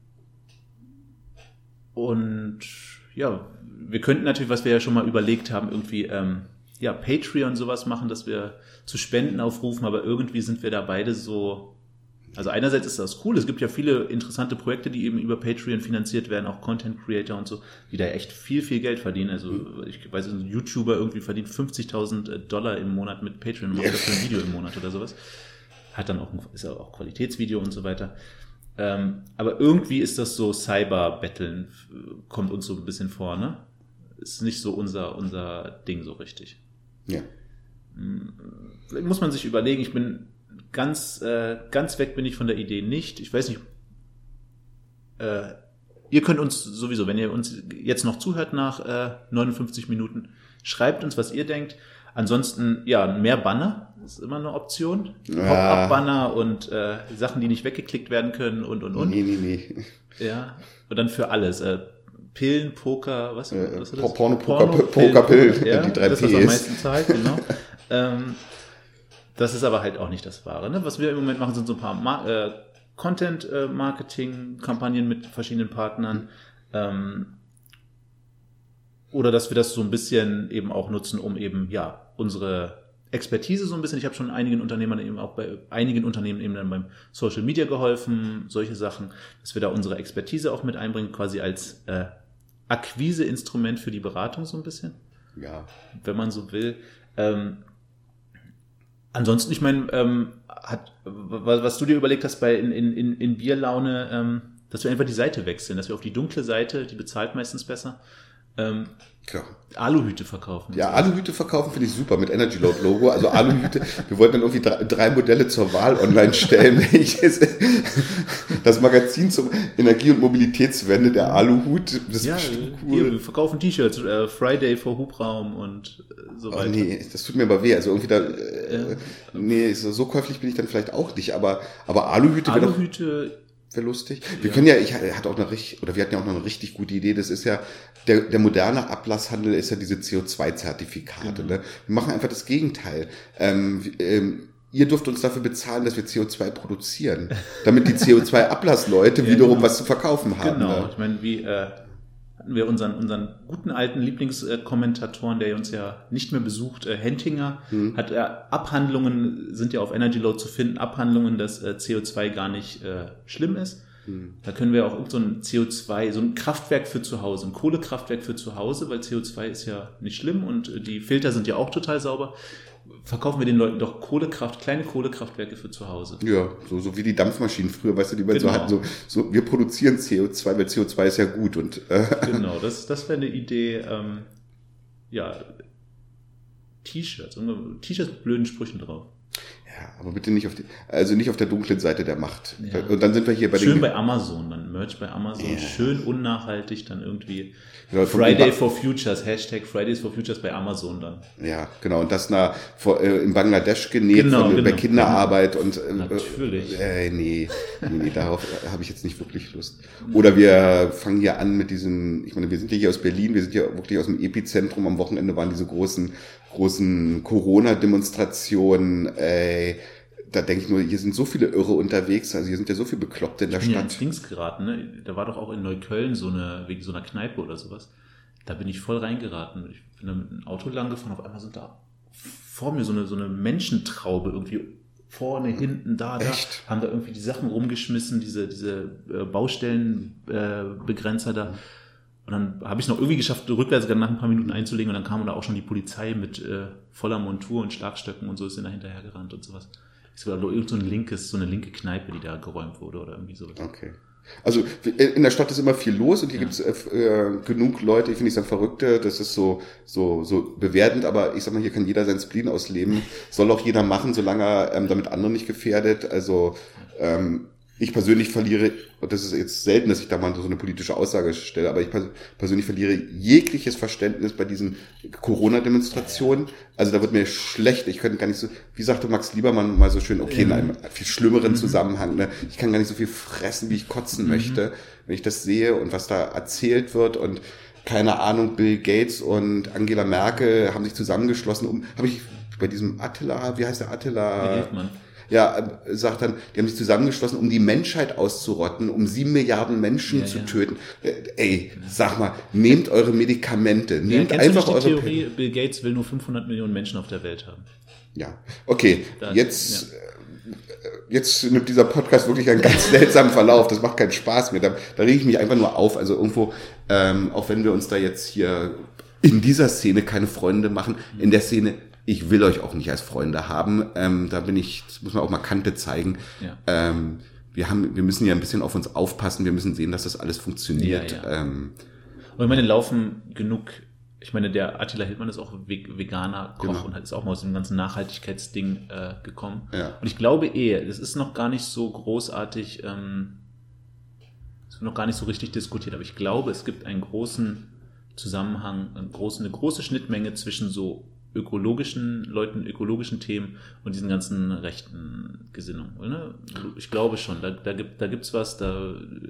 Und ja, wir könnten natürlich, was wir ja schon mal überlegt haben, irgendwie, ähm, ja, Patreon sowas machen, dass wir zu Spenden aufrufen, aber irgendwie sind wir da beide so, also einerseits ist das cool, es gibt ja viele interessante Projekte, die eben über Patreon finanziert werden, auch Content Creator und so, die da echt viel, viel Geld verdienen, also ich weiß, ein YouTuber irgendwie verdient fünfzigtausend Dollar im Monat mit Patreon, macht dafür ein Video im Monat oder sowas, hat dann auch, ein, ist ja auch Qualitätsvideo und so weiter, ähm, aber irgendwie ist das so Cyber-Betteln, kommt uns so ein bisschen vor, ne? Ist nicht so unser, unser Ding so richtig. Ja. Vielleicht muss man sich überlegen, ich bin ganz, äh, ganz weg bin ich von der Idee nicht. Ich weiß nicht, äh, ihr könnt uns sowieso, wenn ihr uns jetzt noch zuhört nach äh, neunundfünfzig Minuten, schreibt uns, was ihr denkt. Ansonsten, ja, mehr Banner ist immer eine Option. Ja. Pop-up-Banner und äh, Sachen, die nicht weggeklickt werden können und, und, und. Nee, nee, nee. Ja, und dann für alles. Äh, Pillen, Poker, was, äh, was ist das? Porno, Poker, Poker, Pillen, ja, die drei das, Ps. was am meisten zahlt, genau. ähm, das ist aber halt auch nicht das Wahre. Ne? Was wir im Moment machen, sind so ein paar Ma- äh, Content-Marketing-Kampagnen mit verschiedenen Partnern. Ähm, oder dass wir das so ein bisschen eben auch nutzen, um eben ja unsere Expertise so ein bisschen. Ich habe schon einigen Unternehmern eben auch bei einigen Unternehmen eben dann beim Social Media geholfen, solche Sachen, dass wir da unsere Expertise auch mit einbringen, quasi als äh, Akquise-Instrument für die Beratung so ein bisschen. Ja. Wenn man so will. Ähm, ansonsten, ich meine, ähm, hat, was, was du dir überlegt hast bei in, in, in Bierlaune, ähm, dass wir einfach die Seite wechseln, dass wir auf die dunkle Seite, die bezahlt meistens besser, ähm, Klar. Aluhüte verkaufen. Ja, Aluhüte verkaufen finde ich super mit Energy Load Logo. Also Aluhüte, wir wollten dann irgendwie drei, drei Modelle zur Wahl online stellen. Das Magazin zum Energie- und Mobilitätswende, der Aluhut, das ja, ist cool. Hier, wir verkaufen T-Shirts, äh, Friday for Hubraum und äh, so weiter. Oh nee, das tut mir aber weh. Also irgendwie da, äh, ja. nee, so, so käuflich bin ich dann vielleicht auch nicht, aber, aber Aluhüte wäre doch... Aluhüte... Wäre lustig. Wir ja. können ja, ich hatte auch eine richtig, oder wir hatten ja auch noch eine richtig gute Idee, das ist ja, der, der moderne Ablasshandel ist ja diese C O zwei Zertifikate. Mhm. Ne? Wir machen einfach das Gegenteil. Ähm, ähm, ihr dürft uns dafür bezahlen, dass wir C O zwei produzieren, damit die C O zwei Ablassleute ja, wiederum genau. was zu verkaufen haben. Genau, ne? Ich meine, wie äh, hatten wir unseren, unseren guten alten Lieblingskommentatoren, der uns ja nicht mehr besucht, äh, Hentinger, mhm. hat äh, Abhandlungen, sind ja auf Energy Load zu finden, Abhandlungen, dass äh, C O zwei gar nicht äh, schlimm ist. Mhm. Da können wir auch so ein C O zwei, so ein Kraftwerk für zu Hause, ein Kohlekraftwerk für zu Hause, weil C O zwei ist ja nicht schlimm und äh, die Filter sind ja auch total sauber. Verkaufen wir den Leuten doch Kohlekraft, kleine Kohlekraftwerke für zu Hause. Ja, so, so wie die Dampfmaschinen früher, weißt du, die man genau. so hatten, so, so, wir produzieren C O zwei, weil C O zwei ist ja gut und, äh. Genau, das, das wäre eine Idee, ähm, ja, T-Shirts, T-Shirts mit blöden Sprüchen drauf. Ja, aber bitte nicht auf die, also nicht auf der dunklen Seite der Macht. Ja. Und dann sind wir hier bei schön den... bei Amazon, dann Merch bei Amazon, yeah. Schön unnachhaltig, dann irgendwie ja, Friday for Futures, Hashtag Fridays for Futures bei Amazon dann. Ja, genau, und das nach, vor, äh, in Bangladesch genäht, genau, von, genau. bei Kinderarbeit und... Äh, Natürlich. Äh, nee, nee, nee, darauf habe ich jetzt nicht wirklich Lust. Oder wir fangen hier an mit diesen, ich meine, wir sind ja hier aus Berlin, wir sind ja wirklich aus dem Epizentrum, am Wochenende waren diese großen, großen Corona-Demonstrationen, äh, da denke ich nur, hier sind so viele Irre unterwegs, also hier sind ja so viele Bekloppte in der ich bin Stadt. Ja ins Dings geraten, ne? Da war doch auch in Neukölln so eine, wegen so einer Kneipe oder sowas. Da bin ich voll reingeraten. Ich bin da mit einem Auto lang gefahren, auf einmal sind da vor mir so eine, so eine Menschentraube irgendwie vorne, hinten, da, da. Echt? Haben da irgendwie die Sachen rumgeschmissen, diese, diese äh, Baustellenbegrenzer äh, da. Und dann habe ich es noch irgendwie geschafft, rückwärts nach ein paar Minuten einzulegen und dann kam da auch schon die Polizei mit äh, voller Montur und Schlagstöcken und so ist dann hinterher gerannt und sowas. Es war irgend so ein linkes, so eine linke Kneipe, die da geräumt wurde oder irgendwie sowas. Okay. Also in der Stadt ist immer viel los und hier ja. gibt's äh, genug Leute, ich finde ich dann Verrückte, das ist so so so bewertend, aber ich sag mal, hier kann jeder sein Spleen ausleben, soll auch jeder machen, solange er ähm, damit andere nicht gefährdet. Also ähm, ich persönlich verliere, und das ist jetzt selten, dass ich da mal so eine politische Aussage stelle, aber ich persönlich verliere jegliches Verständnis bei diesen Corona-Demonstrationen. Also da wird mir schlecht, ich könnte gar nicht so, wie sagte Max Liebermann mal so schön, okay, in einem viel schlimmeren mhm. Zusammenhang, ne? Ich kann gar nicht so viel fressen, wie ich kotzen mhm. möchte, wenn ich das sehe und was da erzählt wird und keine Ahnung, Bill Gates und Angela Merkel haben sich zusammengeschlossen, um, habe ich bei diesem Attila, wie heißt der Attila? Ja, sagt dann, die haben sich zusammengeschlossen, um die Menschheit auszurotten, um sieben Milliarden Menschen ja, zu ja. töten. Ey, sag mal, nehmt eure Medikamente, nehmt ja, einfach du nicht die eure... Theorie, Bill Gates will nur fünfhundert Millionen Menschen auf der Welt haben. Ja, okay, das, jetzt... Ja. Jetzt nimmt dieser Podcast wirklich einen ganz seltsamen Verlauf. Das macht keinen Spaß mehr. Da, da rege ich mich einfach nur auf. Also irgendwo, ähm, auch wenn wir uns da jetzt hier in dieser Szene keine Freunde machen, in der Szene, ich will euch auch nicht als Freunde haben. Ähm, da bin ich, das muss man auch mal Kante zeigen. Ja. Ähm, wir haben, wir müssen ja ein bisschen auf uns aufpassen. Wir müssen sehen, dass das alles funktioniert. Ja, ja. Ähm, Und ich meine, laufen genug. Ich meine, der Attila Hildmann ist auch Veganer Koch genau. und ist auch mal aus dem ganzen Nachhaltigkeitsding äh, gekommen. Ja. Und ich glaube eh, das ist noch gar nicht so großartig, ähm, es wird noch gar nicht so richtig diskutiert, aber ich glaube, es gibt einen großen Zusammenhang, einen großen, eine große Schnittmenge zwischen so ökologischen Leuten, ökologischen Themen und diesen ganzen rechten Gesinnungen. Ne? Ich glaube schon, da, da gibt da gibt's was, da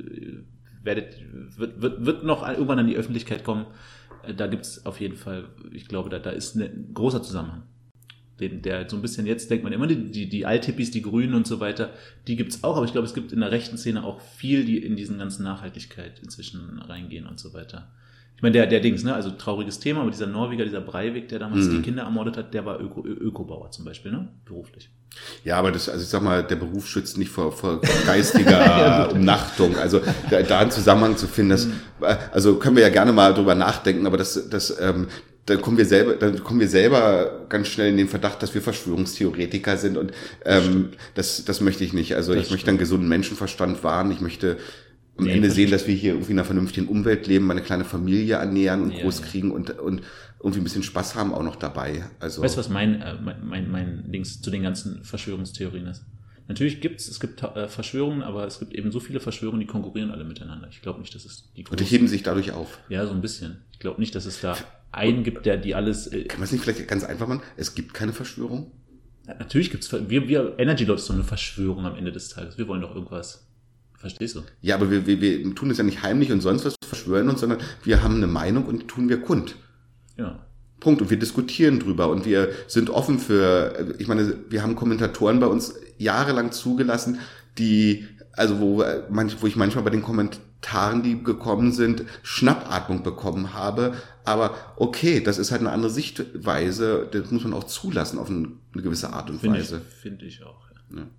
werdet, wird, wird, wird noch irgendwann an die Öffentlichkeit kommen. Da gibt's auf jeden Fall, ich glaube, da, da ist ein großer Zusammenhang. Den, der so ein bisschen, jetzt denkt man immer, die, die, die Althippies, die Grünen und so weiter, die gibt's auch, aber ich glaube, es gibt in der rechten Szene auch viel, die in diesen ganzen Nachhaltigkeit inzwischen reingehen und so weiter. Ich meine, der, der Dings, ne, also trauriges Thema, aber dieser Norweger, dieser Breivik, der damals mhm. die Kinder ermordet hat, der war Öko, Ö- Ökobauer zum Beispiel, ne, beruflich. Ja, aber das, also ich sag mal, der Beruf schützt nicht vor, vor geistiger ja, Umnachtung. Also da, da einen Zusammenhang zu finden, das, also können wir ja gerne mal drüber nachdenken, aber das, das, ähm, dann kommen wir selber, dann kommen wir selber ganz schnell in den Verdacht, dass wir Verschwörungstheoretiker sind und ähm, das, das möchte ich nicht. Also das ich stimmt. möchte einen gesunden Menschenverstand wahren. Ich möchte am nee, Ende sehen, dass wir hier irgendwie in einer vernünftigen Umwelt leben, meine kleine Familie ernähren und ja, groß kriegen ja. und und irgendwie ein bisschen Spaß haben auch noch dabei. Also weißt du, was mein äh, mein mein, mein Dings zu den ganzen Verschwörungstheorien ist? Natürlich gibt's, es gibt äh, Verschwörungen, aber es gibt eben so viele Verschwörungen, die konkurrieren alle miteinander. Ich glaube nicht, dass es die großen... Und die heben sich dadurch auf. Ja, so ein bisschen. Ich glaube nicht, dass es da einen gibt, der die alles... Äh, Kann man es nicht vielleicht ganz einfach machen? Es gibt keine Verschwörung? Ja, natürlich gibt's... Wir, wir Energy Lord ist doch eine Verschwörung am Ende des Tages. Wir wollen doch irgendwas... Verstehst du? Ja, aber wir, wir, wir tun es ja nicht heimlich und sonst was, verschwören uns, sondern wir haben eine Meinung und die tun wir kund. Ja. Punkt. Und wir diskutieren drüber und wir sind offen für, ich meine, wir haben Kommentatoren bei uns jahrelang zugelassen, die, also wo, manch, wo ich manchmal bei den Kommentaren, die gekommen sind, Schnappatmung bekommen habe. Aber okay, das ist halt eine andere Sichtweise, das muss man auch zulassen auf eine, eine gewisse Art und Finde Weise. Ich, finde ich auch, ja. Ja.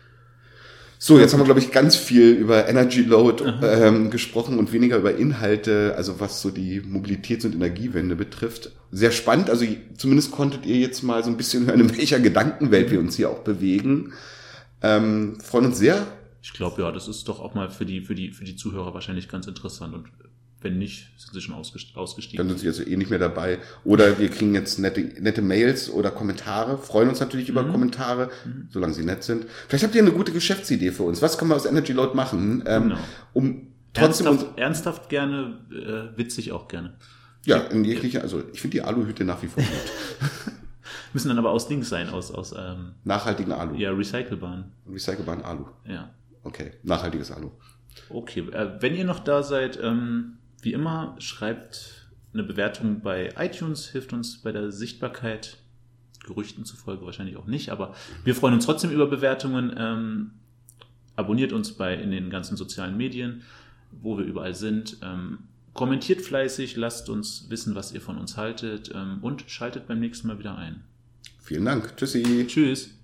So, jetzt haben wir, glaube ich, ganz viel über Energy Load ähm, gesprochen und weniger über Inhalte, also was so die Mobilitäts- und Energiewende betrifft. Sehr spannend, also zumindest konntet ihr jetzt mal so ein bisschen hören, in welcher Gedankenwelt wir uns hier auch bewegen. Ähm, freuen uns sehr. Ich glaube, ja, das ist doch auch mal für die, für die, für die Zuhörer wahrscheinlich ganz interessant und wenn nicht, sind sie schon ausgestiegen. Dann sind sie also eh nicht mehr dabei. Oder wir kriegen jetzt nette, nette Mails oder Kommentare. Freuen uns natürlich über mhm. Kommentare, mhm. solange sie nett sind. Vielleicht habt ihr eine gute Geschäftsidee für uns. Was können wir aus Energy Load machen? Ähm, genau. Um trotzdem ernsthaft, ernsthaft gerne, äh, witzig auch gerne. Ja, in jeglicher, also ich finde die Aluhüte nach wie vor gut. Müssen dann aber aus Dings sein, aus, aus ähm, nachhaltigen Alu. Ja, recycelbaren. Recycelbaren Alu. Ja. Okay, nachhaltiges Alu. Okay, äh, wenn ihr noch da seid, ähm, wie immer, schreibt eine Bewertung bei iTunes, hilft uns bei der Sichtbarkeit. Gerüchten zufolge wahrscheinlich auch nicht, aber wir freuen uns trotzdem über Bewertungen. Ähm, abonniert uns bei in den ganzen sozialen Medien, wo wir überall sind. Ähm, kommentiert fleißig, lasst uns wissen, was ihr von uns haltet ähm, und schaltet beim nächsten Mal wieder ein. Vielen Dank. Tschüssi. Tschüss.